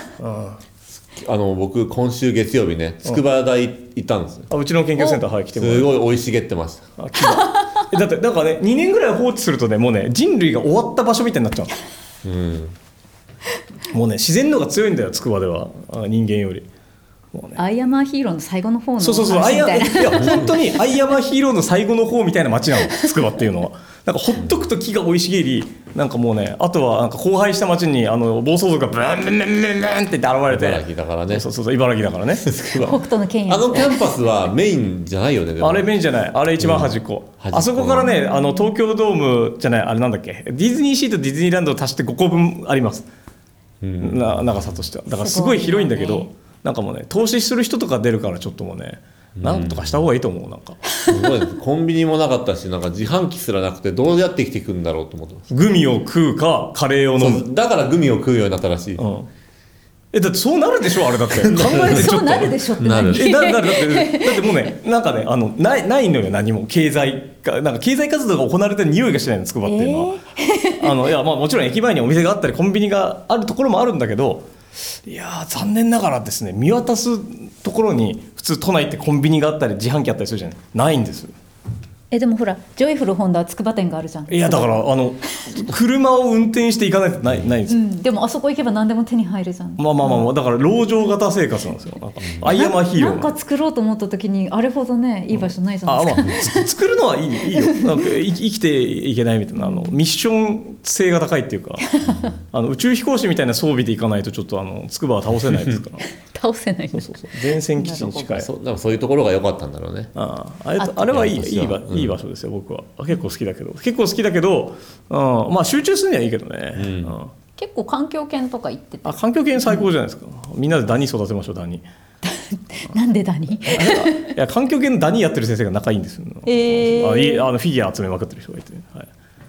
僕今週月曜日ね、筑波大行ったんですよ。 うちの研究センター、来てもらう。 すごい生い茂ってました。 だってなんかね、2年ぐらい放置するとね、もうね人類が終わった場所みたいになっちゃう。もうね自然の方が強いんだよ筑波では、人間より。 アイアマーヒーローの最後の方のそういや本当にアイアマーヒーローの最後の方みたいな街なの筑波っていうのは。なんかほっとくと木が生い茂り、なんかもうね、あとはなんか荒廃した街に暴走族がブンブンブンブンブンって現れて、 茨城だからね。 そう茨城だからね。 北斗の剣や。 キャンパスはメインじゃないよね。 あれメインじゃない、あれ一番端っこ。あそこからね東京ドームじゃない、あれなんだっけ、ディズニーシーとディズニーランドを足して5個分あります。長さとしては。だからすごい広いんだけど、なんかもうね投資する人とか出るからちょっともうね、なんとかした方がいいと思う。なんかすごいコンビニもなかったし、なんか自販機すらなくてどうやって生きていくんだろうと思ってます。 グミを食うかカレーを飲む。 だからグミを食うようになったらしい。 だってそうなるでしょ、あれだって考えてちょっとそうなるでしょって何？ だってもうね、なんかねないのよ、何も経済活動が行われてる匂いがしないの筑波っていうのは。いやもちろん駅前にお店があったりコンビニがあるところもあるんだけど、いや残念ながらですね、見渡すところに普通都内ってコンビニがあったり自販機あったりするじゃないんです。 でもほらジョイフルホンダは筑波店があるじゃん。 いやだから車を運転していかないとないんですよ。 でもあそこ行けば何でも手に入るじゃん。 まあだから籠城型生活なんですよ。なんかアイアマヒーローなんか作ろうと思った時にあれほどねいい場所ないじゃないですか。 作るのはいいよ。なんか生きていけないみたいなミッション性が高いっていうか宇宙飛行士みたいな装備でいかないとちょっと筑波は倒せないですから倒せない。 そう前線基地に近い。 そういうところが良かったんだろうね。 あれはいい場所ですよ。僕は結構好きだけど、まあ集中するにはいいけどね。 結構環境犬とか行ってて。 環境犬最高じゃないですか。みんなでダニ育てましょう。ダニなんでダニ？いや環境犬のダニやってる先生が仲いいんですよ。フィギュア集めまくってる人がいて、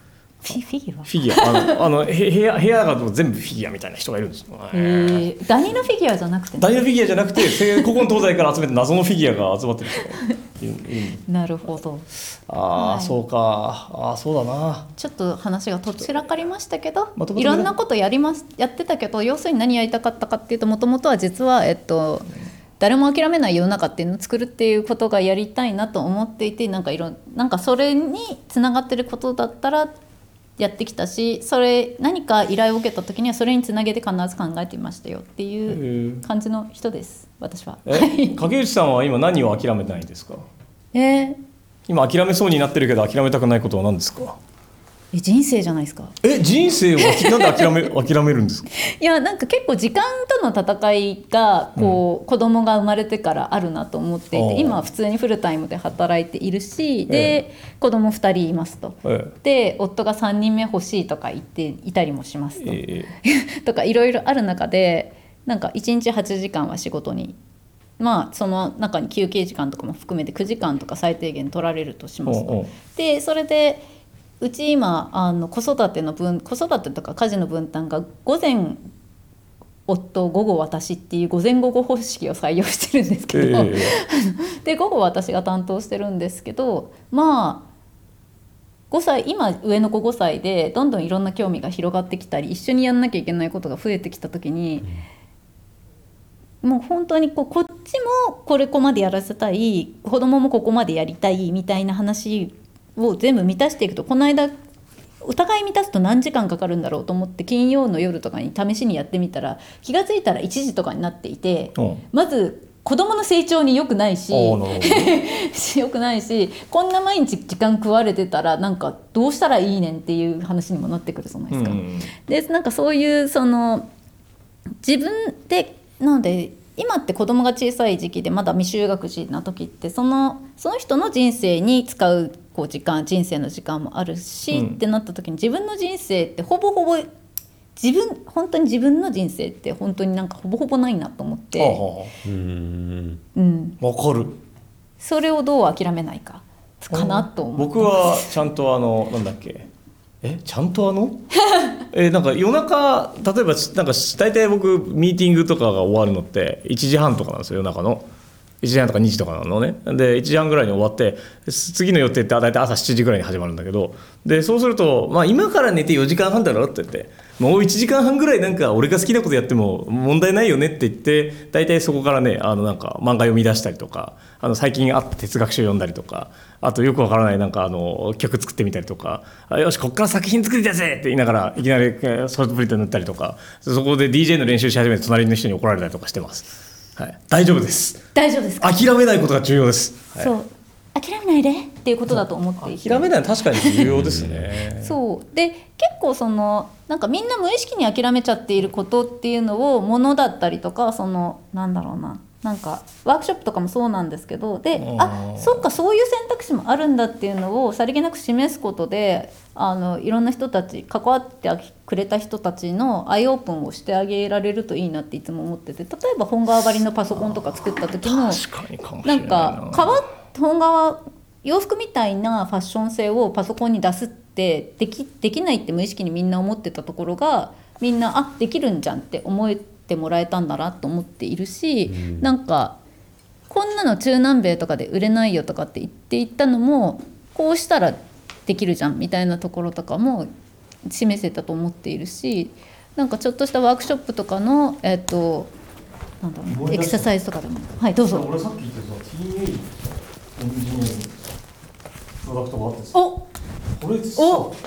フィギュアフィギュア部屋が全部フィギュアみたいな人がいるんですよ。 ダニのフィギュアじゃなくて、ね、 ダニのフィギュアじゃなくてここの東西から集めた謎のフィギュアが集まってる人がいる。 なるほど。 はい、そうか。そうだな。 ちょっと話がとっちらかりましたけど、いろんなことやってたけど、要するに何やりたかったかっていうと、もともとは実は誰も諦めない世の中っていうのを作るっていうことがやりたいなと思っていて、なんかそれにつながってることだったらやってきたし、何か依頼を受けた時にはそれにつなげて必ず考えていましたよっていう感じの人です、私は。 影内さんは今何を諦めてないんですか？今諦めそうになってるけど諦めたくないことは何ですか？ 人生じゃないですか。 人生をなんで諦めるんですか？ いや、なんか結構時間との戦いが子供が生まれてからあるなと思っていて、今は普通にフルタイムで働いているし、で子供2人いますと、で夫が3人目欲しいとか言っていたりもしますと、とかいろいろある中で、なんか1日8時間は仕事に、その中に休憩時間とかも含めて9時間とか最低限取られるとしますと。でそれでうち今子育てとか家事の分担が午前夫午後私っていう午前午後方式を採用してるんですけど、で午後私が担当してるんですけど、5歳、今上の子5歳でどんどんいろんな興味が広がってきたり、一緒にやんなきゃいけないことが増えてきた時に、もう本当にこっちもこれまでやらせたい、子供もここまでやりたいみたいな話を全部満たしていくと、この間お互い満たすと何時間かかるんだろうと思って金曜の夜とかに試しにやってみたら、気がついたら1時とかになっていて、まず子供の成長に良くないし良くないし、こんな毎日時間食われてたらなんかどうしたらいいねんっていう話にもなってくるじゃないですか。でなんかそういう自分でなので、今って子供が小さい時期でまだ未就学児な時って、その人の人生に使う人生の時間もあるし、ってなった時に自分の人生ってほぼほぼ本当に自分の人生って本当になんかほぼほぼないなと思って、 わかる。 それをどう諦めないかなと思う。 僕はちゃんとなんだっけ、ちゃんとなんか夜中、例えばなんか大体僕ミーティングとかが終わるのって1時半とかなんですよ、夜中の1時半とか2時とかなのね。で1時半ぐらいに終わって、次の予定って大体朝7時ぐらいに始まるんだけど、でそうすると、今から寝て4時間半だろって言って、もう1時間半ぐらいなんか俺が好きなことやっても問題ないよねって言って、大体そこからね、なんか漫画読み出したりとか、最近あった哲学書読んだりとか、あとよくわからないなんか曲作ってみたりとか、よしこっから作品作りだぜって言いながらいきなりソフトプリント塗ったりとか、そこで DJ の練習し始めて隣の人に怒られたりとかしてます。大丈夫です。 大丈夫ですか？ 諦めないことが重要です。 そう諦めないでっていうことだと思っていて、 諦めないのは確かに重要ですね。 そうで、結構なんかみんな無意識に諦めちゃっていることっていうのを、ものだったりとか、なんだろうな、なんかワークショップとかもそうなんですけど、でそっか、そういう選択肢もあるんだっていうのをさりげなく示すことで、いろんな人たち、関わってくれた人たちのアイオープンをしてあげられるといいなっていつも思ってて、例えば本革張りのパソコンとか作った時も、なんか本革洋服みたいなファッション性をパソコンに出すってできないって無意識にみんな思ってたところが、みんなできるんじゃんって思ってもらえたんだなと思っているし、なんかこんなの中南米とかで売れないよとかって言っていったのも、こうしたらできるじゃんみたいなところとかも示せたと思っているし、なんかちょっとしたワークショップとかのなんだろう、エクササイズとかでも。はいどうぞ。 俺さっき言ってたティーンエイジエンジニアリングプロダクトがあってさ、これさ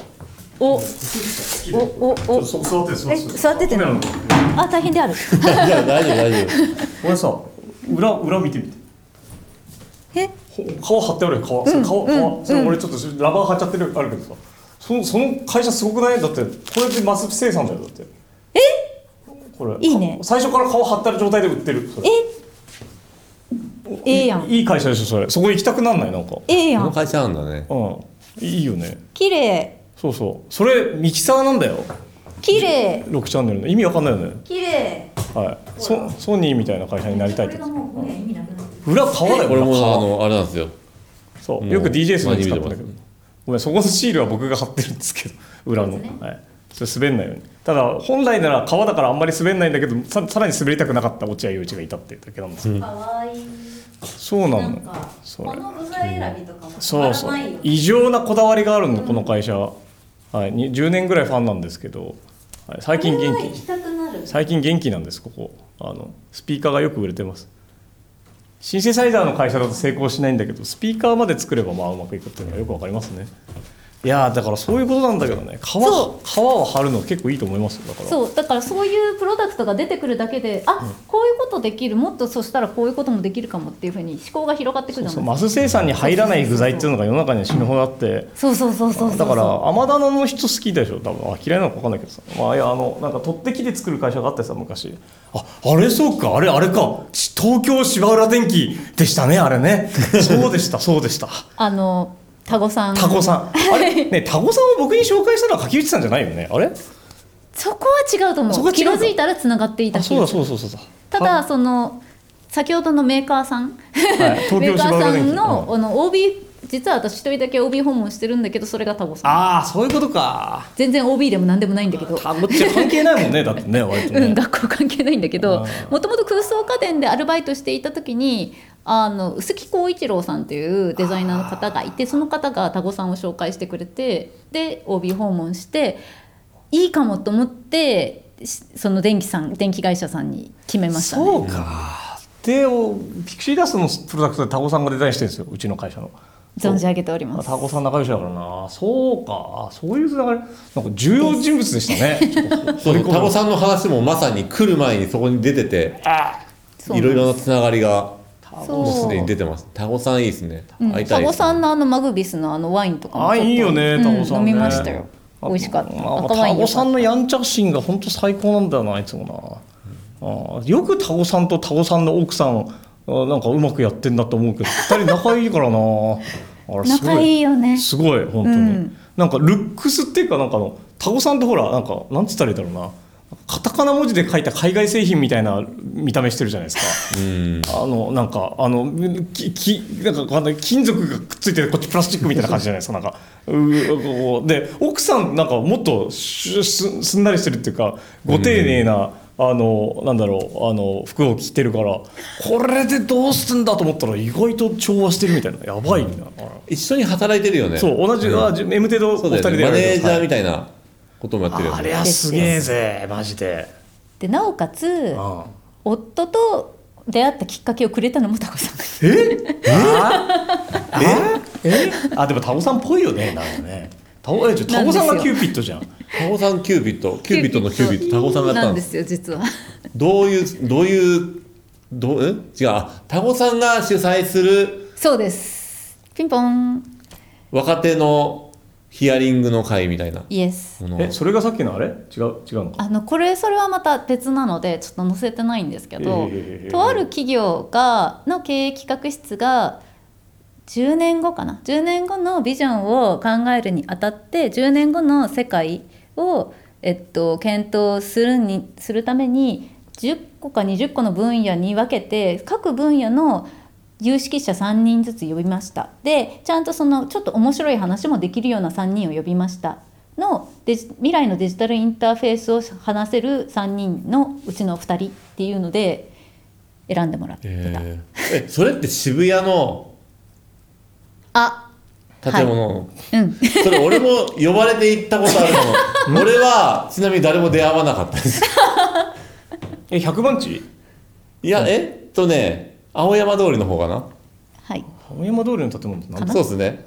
座ってて大変である。 大丈夫。これさ、裏見てみて。皮貼ってあるよ、皮。それ俺ちょっとラバー貼っちゃってるあるけどさ、その会社すごくない？だってこれでマス生産だよ。だってこれいいね。 最初から皮貼ってある状態で売ってる。それやん。 いい会社でしょそこ行きたくなんない？なんかやん。 この会社なんだね。 いいよね。 綺麗。 そうそれミキサーなんだよ。 綺麗。 6チャンネルの意味わかんないよね。 綺麗。 ソニーみたいな会社になりたいって。裏革だよ。 これもあれなんですよ。 そうよく DJ スに使ったんだけど。 ごめん、そこのシールは僕が貼ってるんですけど裏の、 そうですね、 はい、それ滑んないように。ただ本来なら川だからあんまり滑んないんだけど、さらに滑りたくなかった落合陽一がいたっていうだけなんですよ、 かわいい。 そうなの。 なんかそれこの具材選びとかもたまそうそうらないよ。 異常なこだわりがあるの、この会社は、はい、10年ぐらいファンなんですけど、はい、最近元気これは行きたくなる。 最近元気なんです。ここスピーカーがよく売れてます。シンセサイザーの会社だと成功しないんだけど、スピーカーまで作ればまあうまくいくっていうのがよくわかりますね。いやだからそういうことなんだけどね、皮を張るの結構いいと思いますよ。 だからそういうプロダクトが出てくるだけで、こういうことできる、もっとそしたらこういうこともできるかもっていうふうに思考が広がってくるじゃないですか。 マス生産に入らない具材っていうのが世の中には死ぬほどあって、だから天棚の人好きでしょ多分。嫌いなのか分かんないけどさ、なんか取ってきで作る会社があってさ昔、あれそうか、あれか、東京芝浦電機でしたね、あれねそうでしたタゴさんあれね、タゴさんを僕に紹介したのは柿内さんじゃないよね。あれそこは違うと思う。気が付いたらつながっていた気がする。 そうただ先ほどのメーカーさん、 東メーカーさ京芝浦電機んの、OB、実は私一人だけ OB 訪問してるんだけど、それがタゴさん。 ああそういうことか。 全然 OB でも何でもないんだけど、 タゴって関係ないもんねだってね割とね学校関係ないんだけど、もともと空想家電でアルバイトしていた時に臼木浩一郎さんというデザイナーの方がいて、その方がタゴさんを紹介してくれて、で OB 訪問していいかもと思って、その電気会社さんに決めましたね。 そうか。でピクシーダストのプロダクトでタゴさんがデザインしてるんですよ、うちの会社の。 存じ上げております。 タゴさん仲良しだからな。そうか、そういうつながり、なんか重要人物でしたねそうタゴさんの話もまさに来る前にそこに出てて、いろいろなつながりがもうすでに出てます。タゴさんいいですね。会いたいですね。 タゴさんのマグビスのワインとかもちょっといいよね、タゴさんね。 飲みましたよ。美味しかった。赤ワインタゴさんのやんちゃシーンが本当最高なんだよな、あいつもな。よくタゴさんとタゴさんの奥さんなんかうまくやってんだと思うけど、2人仲いいからなあれすごい仲いいよね。 すごい本当に、なんかルックスっていうか、なんかタゴさんってほらなんつったらいいだろうな、カタカナ文字で書いた海外製品みたいな見た目してるじゃないですか。なんか金属がくっついてる、こっちプラスチックみたいな感じじゃないですか。なんかで奥さんなんかもっとすんなりしてるっていうか、ご丁寧な、なんだろう、服を着てるから、これでどうすんだと思ったら意外と調和してるみたいな。やばいな。 一緒に働いてるよね。 そう、同じ、M テドお二人でやる、 マネージャーみたいなこともやってるよね。 あれはすげえぜマジで。 でなおかつ夫と出会ったきっかけをくれたのもタゴさん。 でもタゴさんっぽいよね、なんかね。タゴさんがキューピッドじゃん。 タゴさんキューピッドのキューピッドタゴさんがやったんですよ実は。 違う、タゴさんが主催する、 そうです、ピンポン、 若手のヒアリングの会みたいな。 イエス。 それがさっきのあれ違うのか。 それはまた別なのでちょっと載せてないんですけど、とある企業の経営企画室が10年後のビジョンを考えるにあたって、10年後の世界を、検討するために10個か20個の分野に分けて、各分野の有識者3人ずつ呼びました。でちゃんとちょっと面白い話もできるような3人を呼びました未来のデジタルインターフェースを話せる3人のうちの2人っていうので選んでもらってた。 それって渋谷の建物、それ俺も呼ばれて行ったことあるの俺はちなみに誰も出会わなかったです 100番地？ いや青山通りの方かな。 はい。 青山通りの建物って何？ そうですね。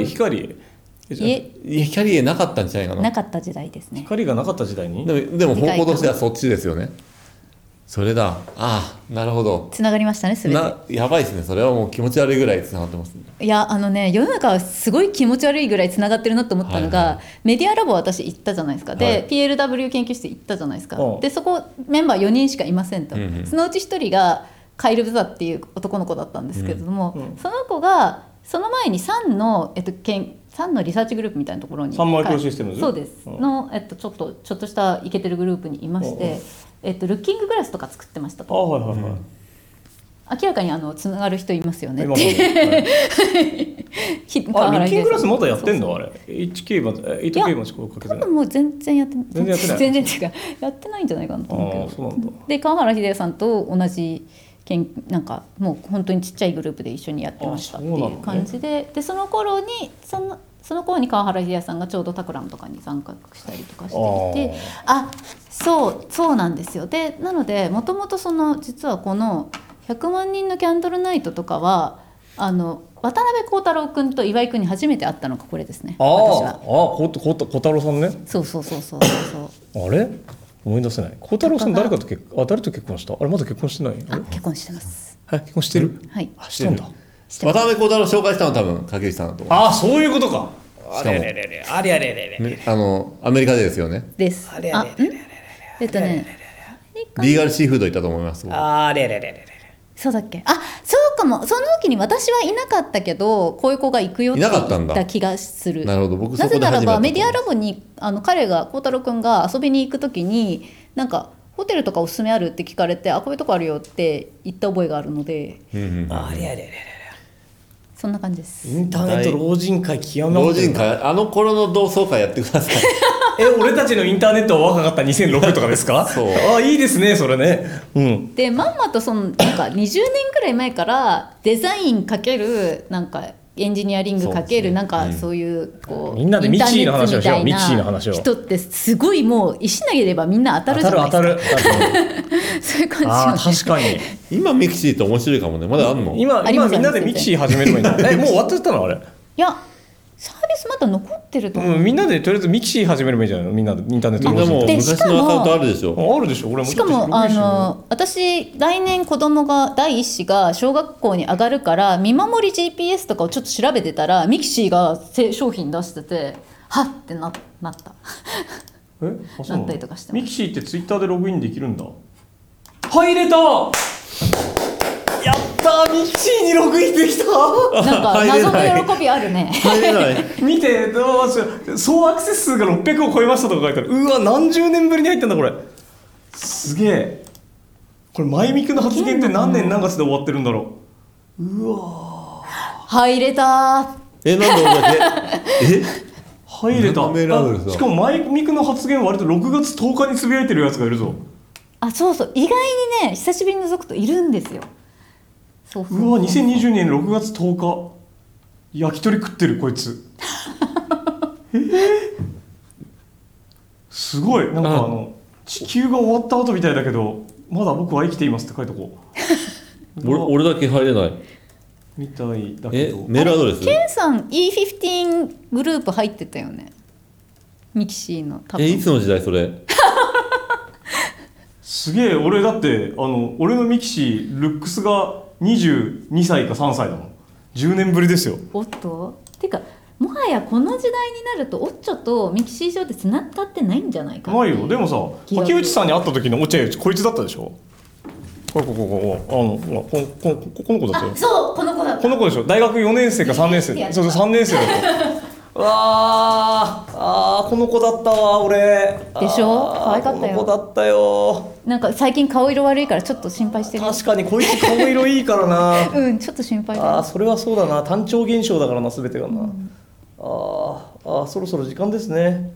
光なかったんじゃないかな。 なかった時代ですね。 光がなかった時代に。 でも方向としてはそっちですよね。それだ。なるほど。 つながりましたね、すべて。 やばいですね。それはもう気持ち悪いぐらいつながってますね。 いや世の中はすごい気持ち悪いぐらいつながってるなと思ったのが、メディアラボ私行ったじゃないですか。で、PLW 研究室行ったじゃないですか。でそこメンバー4人しかいませんと。そのうち1人がカイル・ブザっていう男の子だったんですけれども、その子がその前にサンのリサーチグループみたいなところに、 サンマイクロシステムズ、 そうです、の、ちょっとしたイケてるグループにいまして、ルッキンググラスとか作ってましたと。 明らかにつながる人いますよね。 今まで、はい川原ミッキークラスまだやってんの？ のあれ HK まで 8K までしかかけてない。 多分もう全然やってない。 全然やってない全然違う。やってないんじゃないかなと思うけど。 ああそうなんだ。 で川原秀也さんと同じなんかもう本当にちっちゃいグループで一緒にやってましたっていう感じで、でその頃に川原秀也さんがちょうどタクラムとかに参画したりとかしていて、そうなんですよ。でなのでもともと実はこの100万人のキャンドルナイトとかは渡辺幸太郎君と岩井君に初めて会ったのがこれですね。私は小太郎さんね。 そうあれ思い出せない。小太郎さん誰と結婚した？あれまだ結婚してない？ 結婚してます。 結婚してる？ はい。 したんだ。 渡辺幸太郎紹介したの多分竹内さんだと思う。 そういうことか。 しかもアメリカでですよね。 です。リーガルシーフード行ったと思います。 そうだっけ。そうかも。その時に私はいなかったけどこういう子が行くよって言った気がする。 なるほど。僕そこなぜならで初めてばメディアラボに彼が幸太郎くんが遊びに行く時になんかホテルとかおすすめあるって聞かれてこういうとこあるよって言った覚えがあるので、そんな感じです。 インターネット老人会極め老人会頃の同窓会やってください。 俺たちのインターネットは若かった2006とかですか？ そういいですねそれね。 でまんまとなんか20年くらい前からデザインかけるなんかエンジニアリングかけるなんかそういうこうみんなでミキシーの話をしよう。ミキシーの話を。 人ってすごいもう石投げればみんな当たるじゃないですか。そういう感じよね。 確かに。 今ミキシーって面白いかもね。まだあんの？ 今みんなでミキシー始めればいいんだ。もう終わっちゃったのあれ？ いやサービスまだ残ってると思う。 みんなでとりあえずミキシー始めればいいんじゃないの？みんなでインターネット。 みんなもう昔のアカウントあるでしょ。 あるでしょ。俺もしかも私来年子供が第一子が小学校に上がるから見守り GPS とかをちょっと調べてたらミキシーが商品出しててはってなった。なったりとかしてます。 ミキシーってツイッターでログインできるんだ。入れた。やったー、ミキシーにログインできた。 なんか謎の喜びあるね。 入れない。 見て、総アクセス数が600を超えましたとか書いてある。何十年ぶりに入ったんだこれ。すげえ。これマイミクの発言って何年何月で終わってるんだろう。 入れた。 なんで俺だけ？ 入れた。しかもマイミクの発言割と6月10日につぶやいてるやつがいるぞ。 そう意外にね久しぶりに覗くといるんですよ。 2020年6月10日焼き鳥食ってるこいつ。すごいなんか地球が終わった後みたいだけどまだ僕は生きていますって書いておこう。俺だけ入れないみたいだけど。 メールアドレス？ ケンさん E15 グループ入ってたよね。ミキシーの多分。 いつの時代それ？ すげえ。俺だって俺のミキシールックスが22歳か3歳だもん。10年ぶりですよ。 おっとてかもはやこの時代になるとオッチョとミキシー上でつながってないんじゃないかないよ。でもさ竹内さんに会った時のオチャこいつだったでしょ。この子だったよ。 そうこの子だった。 この子でしょ。大学4年生か3年生。そう3年生だった。この子だったわ俺。 でしょ。可愛かったよ。 この子だったよ。 なんか最近顔色悪いからちょっちょっと心配してる。 確かにこいつ顔色いいからな。 ちょっと心配だ。 それはそうだな。単調現象だからな全てがな。そろそろ時間ですね。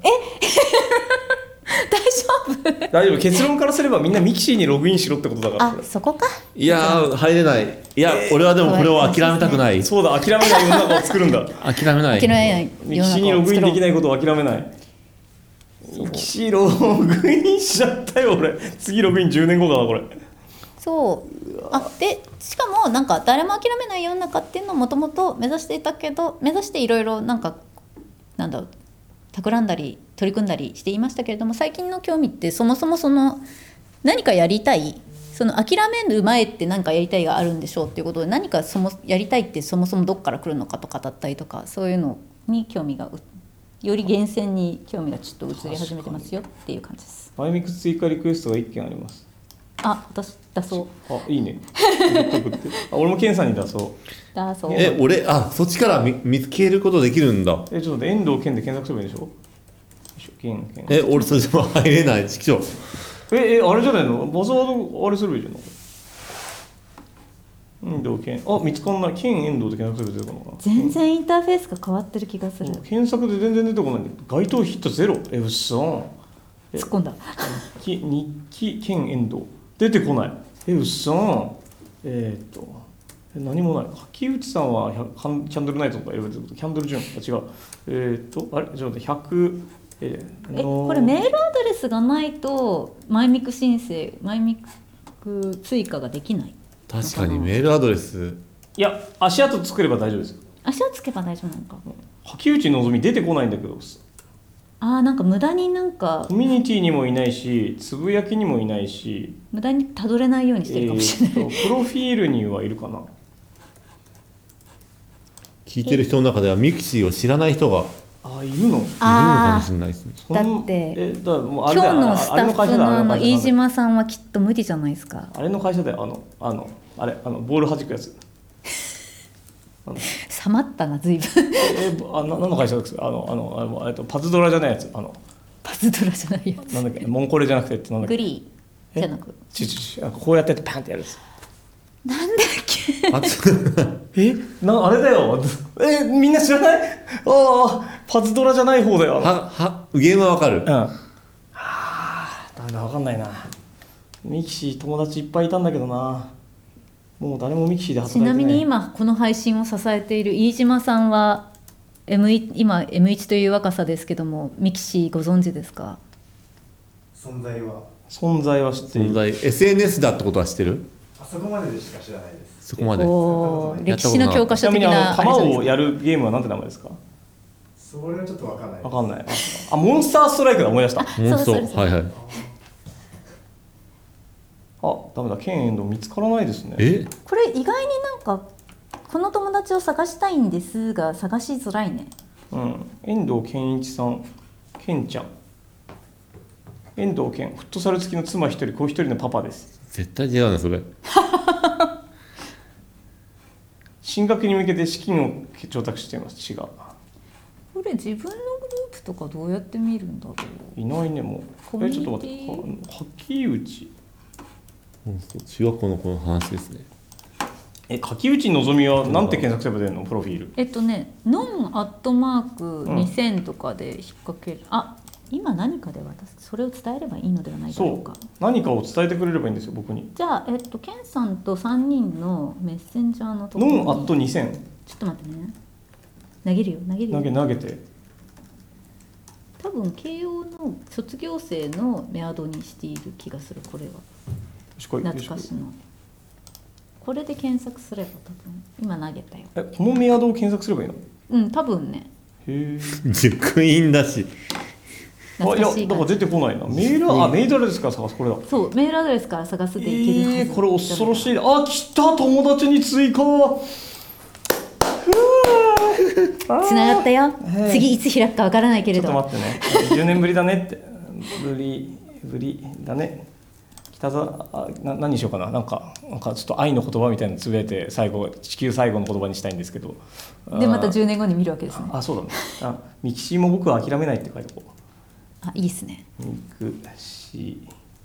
大丈夫。結論からすればみんなミキシーにログインしろってことだから。 そこか。 いや入れない。いや俺はでもこれを諦めたくない。 そうだ、諦めない世の中を作るんだ。 諦めない。 ミキシーにログインできないことを諦めない。ミキシーログインしちゃったよ俺。次ログイン10年後かなこれ。 そうでしかもなんか誰も諦めない世の中っていうのをもともと目指していたけど目指していろいろなんだろう企んだり取り組んだりしていましたけれども、最近の興味ってそもそも何かやりたい諦める前って何かやりたいがあるんでしょうっていうことで、何かやりたいってそもそもどっから来るのかとかだったりとか、そういうのに興味がより厳選に興味がちょっと移り始めてますよっていう感じです。 マイミク追加リクエストが1件あります。 私出そう。 いいね。俺もケンさんに出そう。 俺そっちから見つけることできるんだ。 ちょっと待って、遠藤健で検索すればいいでしょ。 俺それでも入れない。ちくしょう。 あれじゃないの。バズワードあれすればいいじゃん。 遠藤健、見つかんない。健遠藤で検索すると出てこないか全然インターフェースが変わってる気がする。 な。検索で全然出てこない。該当ヒットゼロ。うっそ突っ込んだ。 日記健遠藤出てこない。うっそ何もない。柿内さんはキャンドルナイトとか選べてること。キャンドルジュン。違う。あれちょっと待って、100、 これメールアドレスがないとマイミク申請、マイミク追加ができない。 確かにメールアドレス。 いや、足跡作れば大丈夫です。 足をつけば大丈夫なのか。 柿内のぞみ出てこないんだけど。 なんか無駄になんかコミュニティにもいないし、つぶやきにもいないし、 無駄にたどれないようにしてるかもしれない。 プロフィールにはいるかな。 聞いてる人の中ではミクシーを知らない人がいるの？ いるのかもしれないですね。 だってもう今日のスタッフの飯島島さんはきっと無理じゃないですか。 あれの会社だよ。ボール弾くやつ。 さまったな随分。 何の会社ですか？パズドラじゃないやつ。 パズドラじゃないやつ。 なんだっけ、モンコレじゃなくてってなんだっけ。 グリーじゃなく。 こうやってパンってやるやつ。 なんだっけ。 あれだよ。みんな知らない？パズドラじゃない方だよ。 ゲームはわかる。 ダメだ、わかんないな。ミキシー友達いっぱいいたんだけどな。もう誰もミキシーで働いてない。 ちなみに今この配信を支えている飯島さんは今 M1 という若さですけども、ミキシーご存知ですか？ 存在は知っている。 SNS だってことは知ってる？ そこまででしか知らないです。 そこまで。 歴史の教科書的な。 ちなみに玉をやるゲームは何て名前ですか？ それはちょっとわかんない。 わかんない。モンスターストライクだ、思い出した。 モンスト、はいはい。 ダメだ、ケンエンド見つからないですね。 これ意外になんかこの友達を探したいんですが探しづらいね。 遠藤健一さん、ケンちゃん。遠藤健、フットサル付きの妻一人、子一人のパパです。 絶対違うねそれ。 進学に向けて資金を調達しています。違う。 これ自分のグループとかどうやって見るんだろう。 いないね、もう。ちょっと待って、柿内。 中学校の子の話ですね。 柿内のぞみはなんて検索すれば出るの？プロフィール。 ノンアットマーク2000とかで引っ掛ける。今何かで渡す。それを伝えればいいのではないだろうか。 何かを伝えてくれればいいんですよ、僕に。 じゃあ、ケンさんと3人のメッセンジャーのところに。 ノンアット2000。 ちょっと待ってね。投げるよ。 投げて。 多分慶応の卒業生のメアドにしている気がする。これは懐かしの。これで検索すれば多分今投げたよ。 このメアドを検索すればいいの？ 多分ね。 へえ。 熟員だし。 いや、だから出てこないな。メールアドレスから探す。これだ。 そう、メールアドレスから探すでいけるはず。 これ恐ろしい。来た、友達に追加。 つながったよ。次いつ開くかわからないけれど。 ちょっと待ってね。10年ぶりだねって。ぶりだね。北澤、何にしようかな。なんかちょっと愛の言葉みたいなのつぶやいて地球最後の言葉にしたいんですけど。 でまた10年後に見るわけですね。 そうだね。ミキシーも僕は諦めないって書いておこう。 いいですね。 ミクシ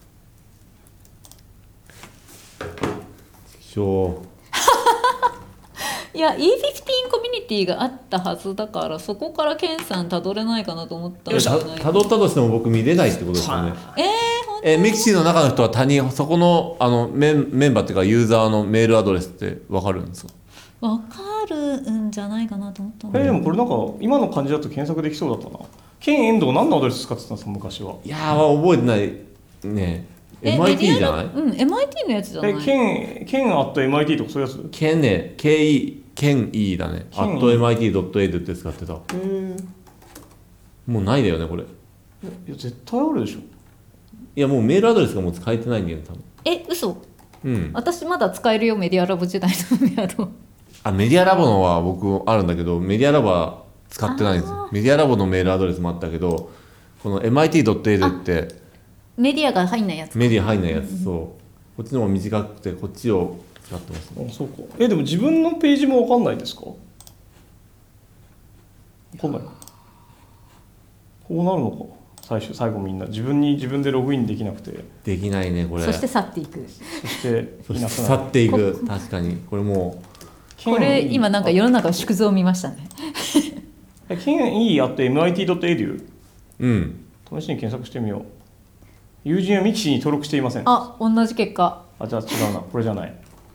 ー。 いや E15 コミュニティがあったはずだからそこからケンさんたどれないかなと思ったんじゃない。 たどったとしても僕見れないってことですよね。 本当？ ミキシーの中の人はそこのメンバーっていうかユーザーのメールアドレスって分かるんですか？ 分かるんじゃないかなと思ったんだ。 でもこれなんか今の感じだと検索できそうだったな。ケン遠藤何のアドレス使ってたんですか昔は。 いや覚えてないね。MIT じゃない ？MIT のやつじゃない？ ケンアット MIT とかそういうやつ？ ケンね、ケン E だね。アット MIT.edu って使ってた。もうないだよねこれ。いや絶対あるでしょ。 いやもうメールアドレスがもう使えてないんだよ多分。 嘘？私まだ使えるよメディアラボ時代のメアド。 メディアラボのは僕あるんだけどメディアラボは使ってないんですよ。メディアラボのメールアドレスもあったけどこの MIT.edu ってメディアが入んないやつ。 メディア入んないやつ。そうこっちの方が短くてこっちを使ってますね。 そうか。でも自分のページも分かんないですか？分かんない。こうなるのか。 最後みんな自分でログインできなくて、 できないねこれ。 そして去っていく。 そしていなく去なる。 っていく。確かにこれもこれ今なんか世の中の縮図を見ましたね。 県いいあって MIT.edu う試しに検索してみよう。友人はミキシーに登録していません。 あ、同じ結果。 じゃあ違うな、これじゃない。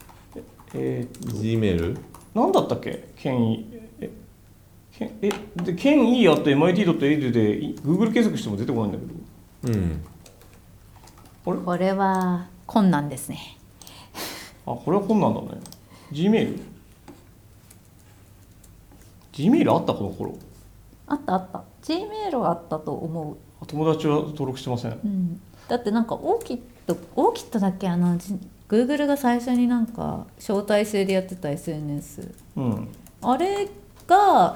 Gmail なんだったっけ、県いで県いいあって MIT.edu で Google 検索しても出てこないんだけど。 これは困難ですね。 これは困難だね。Gmail あったこの頃。 あった。Gmail はあったと思う。 友達は登録してません。 だってなんかオーキットだっけ、Google が最初になんか招待制でやってた SNS、あれが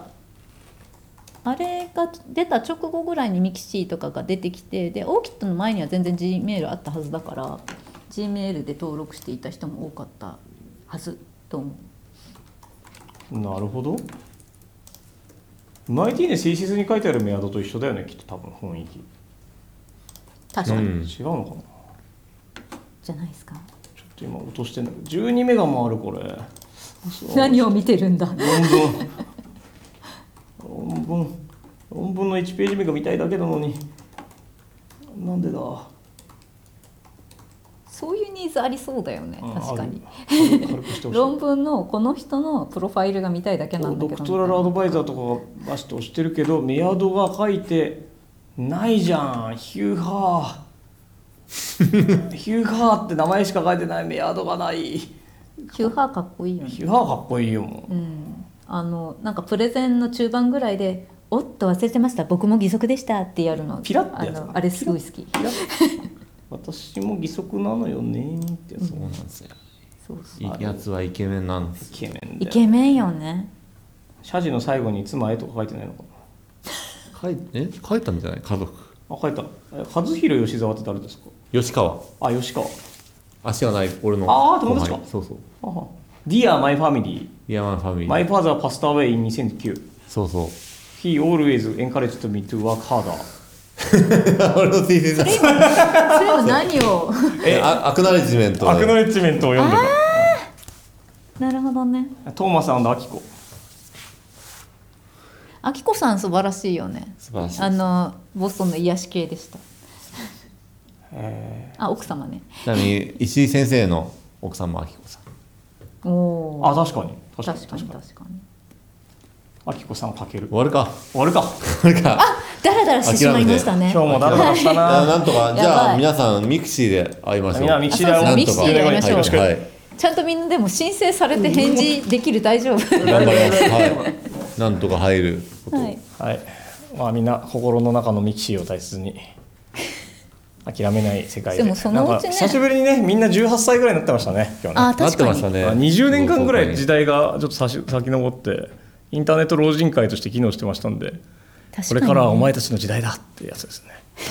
出た直後ぐらいにミキシーとかが出てきて、でオーキットの前には全然 Gmail あったはずだから Gmail で登録していた人も多かったはずと思う。 なるほど。MIT で CSS に書いてあるメアドと一緒だよね、きっと。多分雰囲気確かに、 違うのかな。 じゃないですか。 ちょっと今落としてんだけど12メガもあるこれ。 何を見てるんだ。 論文の1ページ目が見たいだけなのに、なんでだ。 そういうニーズありそうだよね、確かに。 軽くしてほしい。 論文のこの人のプロファイルが見たいだけなんだけど、 ドクトラルアドバイザーとかが出して押してるけどメアドが書いてないじゃん。ヒューハーヒューハーって名前しか書いてない、メアドがない。 ヒューハーかっこいいよね。 ヒューハーかっこいいよもう。 なんかプレゼンの中盤ぐらいで「おっと忘れてました、僕も義足でした」ってやるの、 ピラッてやつ。 あれすごい好き。 私も義足なのよねってやつ。 そうなんですよ。 そうやつはイケメンなんです。 イケメンだよ。 イケメンよね。 謝辞の最後に妻へとか書いてないのか書いたんじゃない、家族。 な。書いた。和弘吉沢って誰ですか。 吉川。 吉川。 足がない俺の友達か。 そうそう。 Dear my family, イヤマンファミリー。 my father passed away in 2009. そうそう。 He always encouraged me to work harder. 俺の T それ今何をアクナレッジメント。 アクノレッジメントを読んでなるほどね。 た。トーマス&アキコ。 あきこさん素晴らしいよね。 素晴らしい。 ボストンの癒し系でした。奥様ね。 ちなみに石井先生の奥様はあきこさん。 おお。 確かに確かに。 アキコさんかける。 終わるか。 だらだらしてしまいましたね。 今日もだらだらしたな。 なんとかじゃあ皆さんミクシーで会いましょう。 みんなミクシーで会おう。 ミクシーで会いましょう。 はい。 ちゃんとみんなでも申請されて返事できる、大丈夫。 頑張ります。はい。なんとか入ること。 はい。みんな心の中のミクシーを大切に。諦めない世界で。 でもそのうちね。 久しぶりにね、みんな18歳ぐらいになってましたね。今日ね。 確かに。 なってましたね。 20年間ぐらい時代がちょっと先のってインターネット老人会として機能してましたんで、これからはお前たちの時代だってやつですね。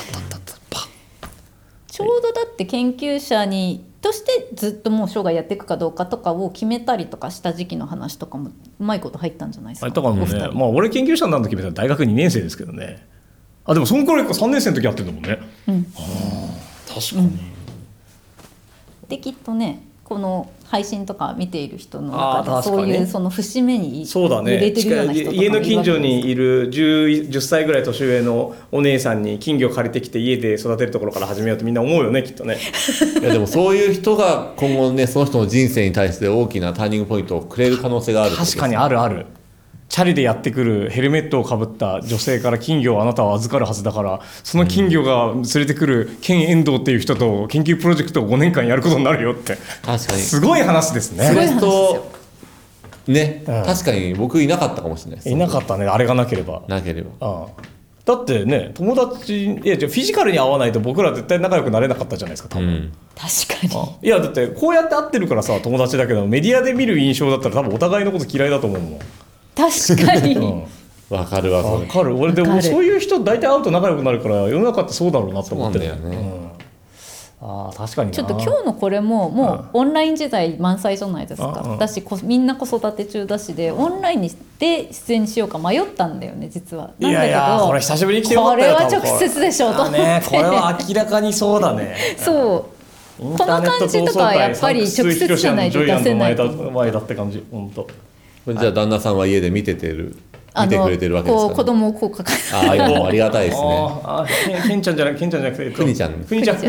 ちょうどだって研究者としてずっともう生涯やっていくかどうかとかを決めたりとかした時期の話とかもうまいこと入ったんじゃないですか。 だからもうね、俺研究者になると決めたら大学2年生ですけどね。でもそのくらいか3年生の時やってるんだもんね。確かに。 できっとね、この配信とか見ている人の中でそういうその節目に揺れてるような人とか家の近所にいる 10歳ぐらい年上のお姉さんに金魚借りてきて家で育てるところから始めようってみんな思うよね、きっとね。 いやでもそういう人が今後ね、その人の人生に対して大きなターニングポイントをくれる可能性がある。 確かにある。チャリでやってくるヘルメットをかぶった女性から金魚をあなたは預かるはずだから、その金魚が連れてくるケン・エンドウっていう人と研究プロジェクトを5年間やることになるよって。 確かにすごい話ですね。 すごい話ですよね、確かに僕いなかったかもしれないです。 いなかったね、あれがなければ。 だってね、友達フィジカルに合わないと僕ら絶対仲良くなれなかったじゃないですか、多分。 確かに。 いやだってこうやって会ってるからさ友達だけど、メディアで見る印象だったら多分お互いのこと嫌いだと思うもん。 確かに。 わかる。 俺でもそういう人大体会うと仲良くなるから、世の中ってそうだろうなと思ってる。 確かにな。 ちょっと今日のこれももうオンライン時代満載じゃないですか。だしみんな子育て中だしでオンラインで出演しようか迷ったんだよね実は。なんだけどこれ久しぶりに来てよかったよ。 これは直接でしょと思って、 これは明らかにそうだね。 そうこの感じとかやっぱり直接じゃないと出せない。 前だって感じ本当。 じゃあ旦那さんは家で見てくれてるわけですかね。 こう子供をこう抱えてありがたいですね。 ケンちゃんじゃなくてくにちゃん見てる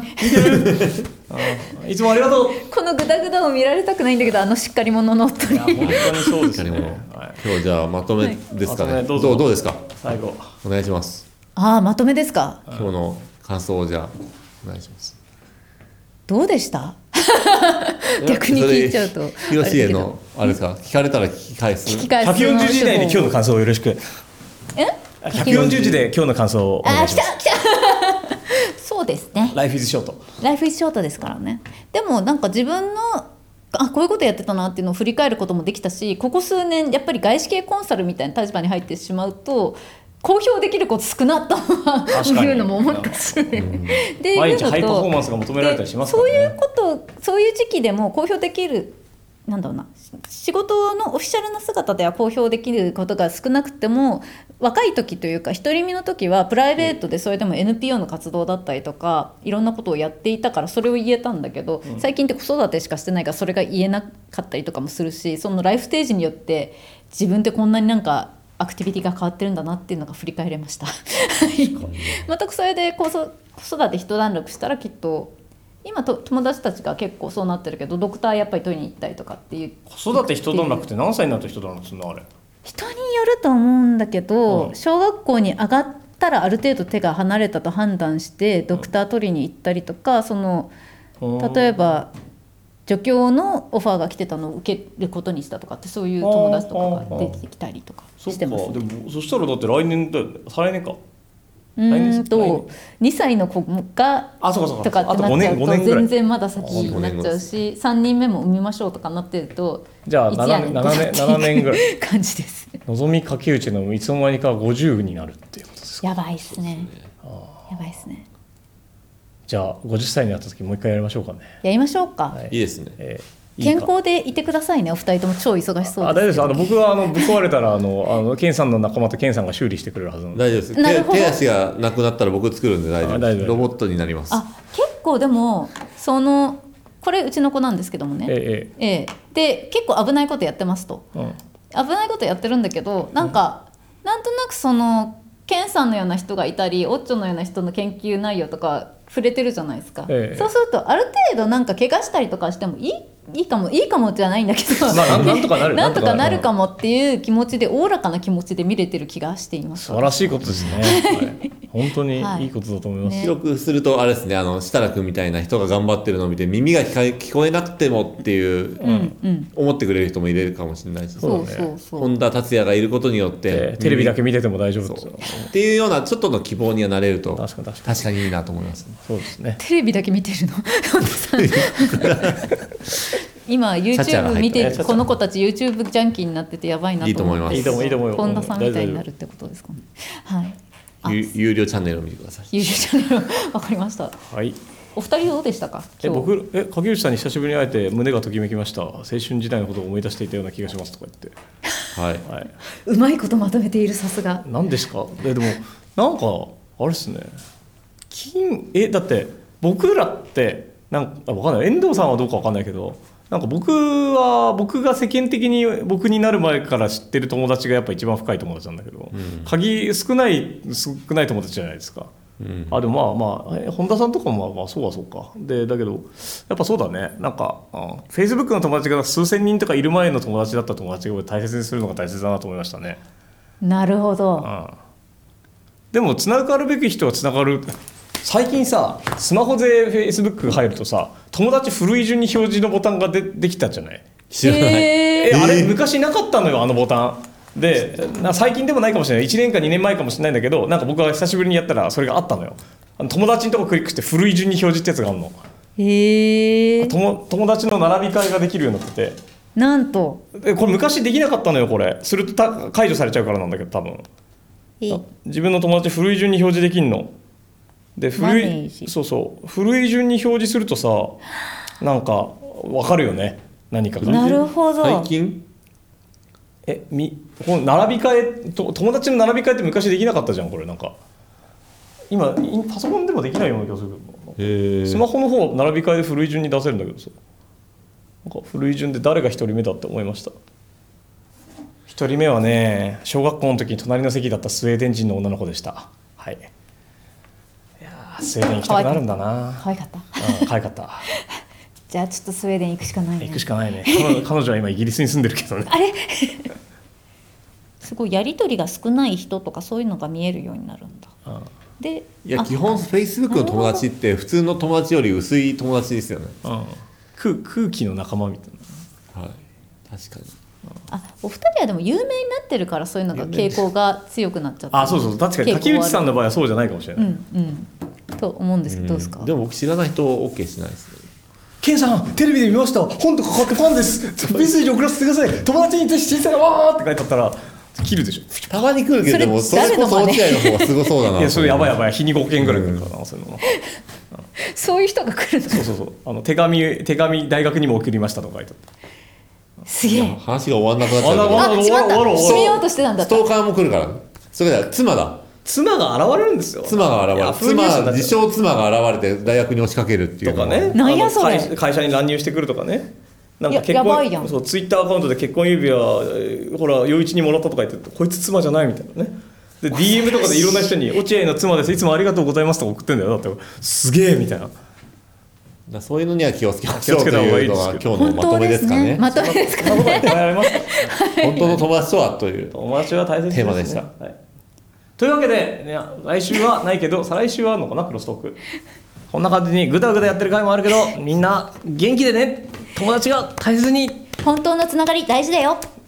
いつもありがとう。 このグダグダを見られたくないんだけどしっかり者の夫に。 本当にそうですね。 今日じゃあまとめですかね。どうですか。 最後お願いします。 まとめですか。 今日の感想をじゃあお願いします。 どうでした？逆に聞いちゃうと。 広重のあれですか。聞かれたら聞き返す。 140字以内で今日の感想をよろしく。140字で今日の感想をお願いします。 来たそうですね。 ライフイズショート。 ライフイズショートですからね。でもなんか自分のこういうことやってたなっていうのを振り返ることもできたし、ここ数年やっぱり外資系コンサルみたいな立場に入ってしまうと公表できること少なというのも思ったし、で毎日ハイパフォーマンスが求められたりしますからね。 そういう時期でも公表できる、なんだろうな、仕事のオフィシャルな姿では公表できることが少なくても、若い時というか独り身の時はプライベートでそれでも NPO の活動だったりとかいろんなことをやっていたからそれを言えたんだけど、最近って子育てしかしてないからそれが言えなかったりとかもするし、そのライフステージによって自分ってこんなになんかアクティビティが変わってるんだなっていうのが振り返れましたまたそれで子育て一段落したらきっと今友達たちが結構そうなってるけど、ドクターやっぱり取りに行ったりとかっていう。 子育て一段落って何歳になった人段落するのあれ。 人によると思うんだけど、小学校に上がったらある程度手が離れたと判断してドクター取りに行ったりとか、例えば助教のオファーが来てたのを受けることにしたとかって、そういう友達とかが出てきたりとかしてます。 でもそしたらだって来年だよね、再来年か。 2歳の子がとかってなっちゃうと全然まだ先になっちゃうし、3人目も産みましょうとかなってると、 じゃあ7年ぐらい感じです。 のぞみ竹内のいつの間にか50になるっていうことですか。 やばいっすね。やばいっすね。 じゃあ50歳になった時もう一回やりましょうかね。 やりましょうか。 いいですね。 健康でいてくださいね。お二人とも超忙しそうです。 大丈夫です。僕はぶっ壊れたらケンさんの仲間とケンさんが修理してくれるはずなので。 大丈夫です。手足がなくなったら僕作るんで大丈夫です。ロボットになります。 結構でもこれうちの子なんですけどもね。で結構危ないことやってますと。危ないことやってるんだけど、なんとなくケンさんのような人がいたり、オッチョのような人の研究内容とか触れてるじゃないですか。そうするとある程度なんか怪我したりとかしてもいいかもじゃないんだけど、 なんとかなるなんとかなるかもっていう気持ちで、おおらかな気持ちで見れてる気がしています。 素晴らしいことですね。本当にいいことだと思います。 記録するとあれですね、設楽君みたいな人が頑張ってるのを見て耳が聞こえなくてもっていう思ってくれる人もいれるかもしれないし、本田達也がいることによってテレビだけ見てても大丈夫っていうようなちょっとの希望にはなれると確かにいいなと思います。 そうですね。 テレビだけ見てるの今 YouTube 見て、この子たち YouTube ジャンキーになっててやばいなと思います。 いいと思う。 本田さんみたいになるってことですかね。はい。 有料チャンネルを見てください。 有料チャンネルわかりました。 はい。 お二人どうでしたか。 僕影内さんに久しぶりに会えて胸がときめきました。青春時代のことを思い出していたような気がしますとか言って。 はい。 うまいことまとめている、さすが。 何ですか。でもなんかあれですね。だって僕らってわかんない。遠藤さんはどうかわかんないけど。なんか僕が世間的に僕になる前から知ってる友達がやっぱ一番深い友達なんだけど、少ない友達じゃないですか。でも本田さんとかもそうはそうか。だけどやっぱそうだね。なんかFacebook の友達が数千人とかいる前の友達だった友達を大切にするのが大切だなと思いましたね。 なるほど。 でもつながるべき人はつながる。最近さ、スマホで Facebook 入るとさ、友達古い順に表示のボタンができたじゃない。 知らない。 あれ昔なかったのよ、あのボタンで。最近でもないかもしれない。1年か2年前かもしれないんだけど、なんか僕が久しぶりにやったらそれがあったのよ。友達のとこクリックして古い順に表示ってやつがあるの。友達の並び替えができるようになってて、 なんとこれ昔できなかったのよ。これすると解除されちゃうからなんだけど、多分自分の友達古い順に表示できんのでマネージ古い順に表示するとさなんか分かるよね何かが。 なるほど。 最近この並び替えと友達の並び替えって昔できなかったじゃんこれなんか今パソコンでもできないような気がするけどスマホの方並び替えで古い順に出せるんだけどさなんか古い順で誰が1人目だって思いました。1人目はね小学校の時に隣の席だったスウェーデン人の女の子でした。はい。いやスウェーデン行きたくなるんだな。 可愛かった。 可愛かったじゃあちょっとスウェーデン行くしかないね。 行くしかないね。彼女は今イギリスに住んでるけどね。 あれすごいやり取りが少ない人とかそういうのが見えるようになるんだ。でいや基本 Facebook の友達って普通の友達より薄い友達ですよね。 空気の仲間みたいな。はい、確かに。 お二人はでも有名になってるからそういうのが傾向が強くなっちゃった。 そう確かに竹内さんの場合はそうじゃないかもしれない。 と思うんですけどどうですか。 でも僕知らない人 OK しないですね。 ケンさんテレビで見ました本とか買ってファンですメッセージ送らせてください友達に小さいわーって書いてあったら切るでしょ。 たまに来るけどでもそれこそ落合の方がすごそうだな。 いやそれやばい日に5件ぐらい来るからなそういうの。 そういう人が来るの。 そう手紙大学にも送りましたとか書いてあった。 すげえ話が終わんなくなっちゃう。 しまった締めようとしてたんだった。 ストーカーも来るからそれから妻が現れるんですよ。 妻が現れる自称妻が現れて大学に押しかけるっていうとかね。 何やそれ。 会社に乱入してくるとかね。なんかやばいやん。 ツイッターアカウントで結婚指輪ほら陽一にもらったとか言ってこいつ妻じゃないみたいなね。で DM とかでいろんな人に落合の妻ですいつもありがとうございますとか送ってんだよ。だってすげえみたいな。 そういうのには気をつけましょうというのが今日のまとめですかね。 まとめですかね。 本当の友達とはという友達は大切ですね。 テーマでした。 というわけで、来週はないけど再来週はあるのかなクロストーク。こんな感じにぐだぐだやってる回もあるけどみんな元気でね友達が大切に。 本当のつながり大事だよ。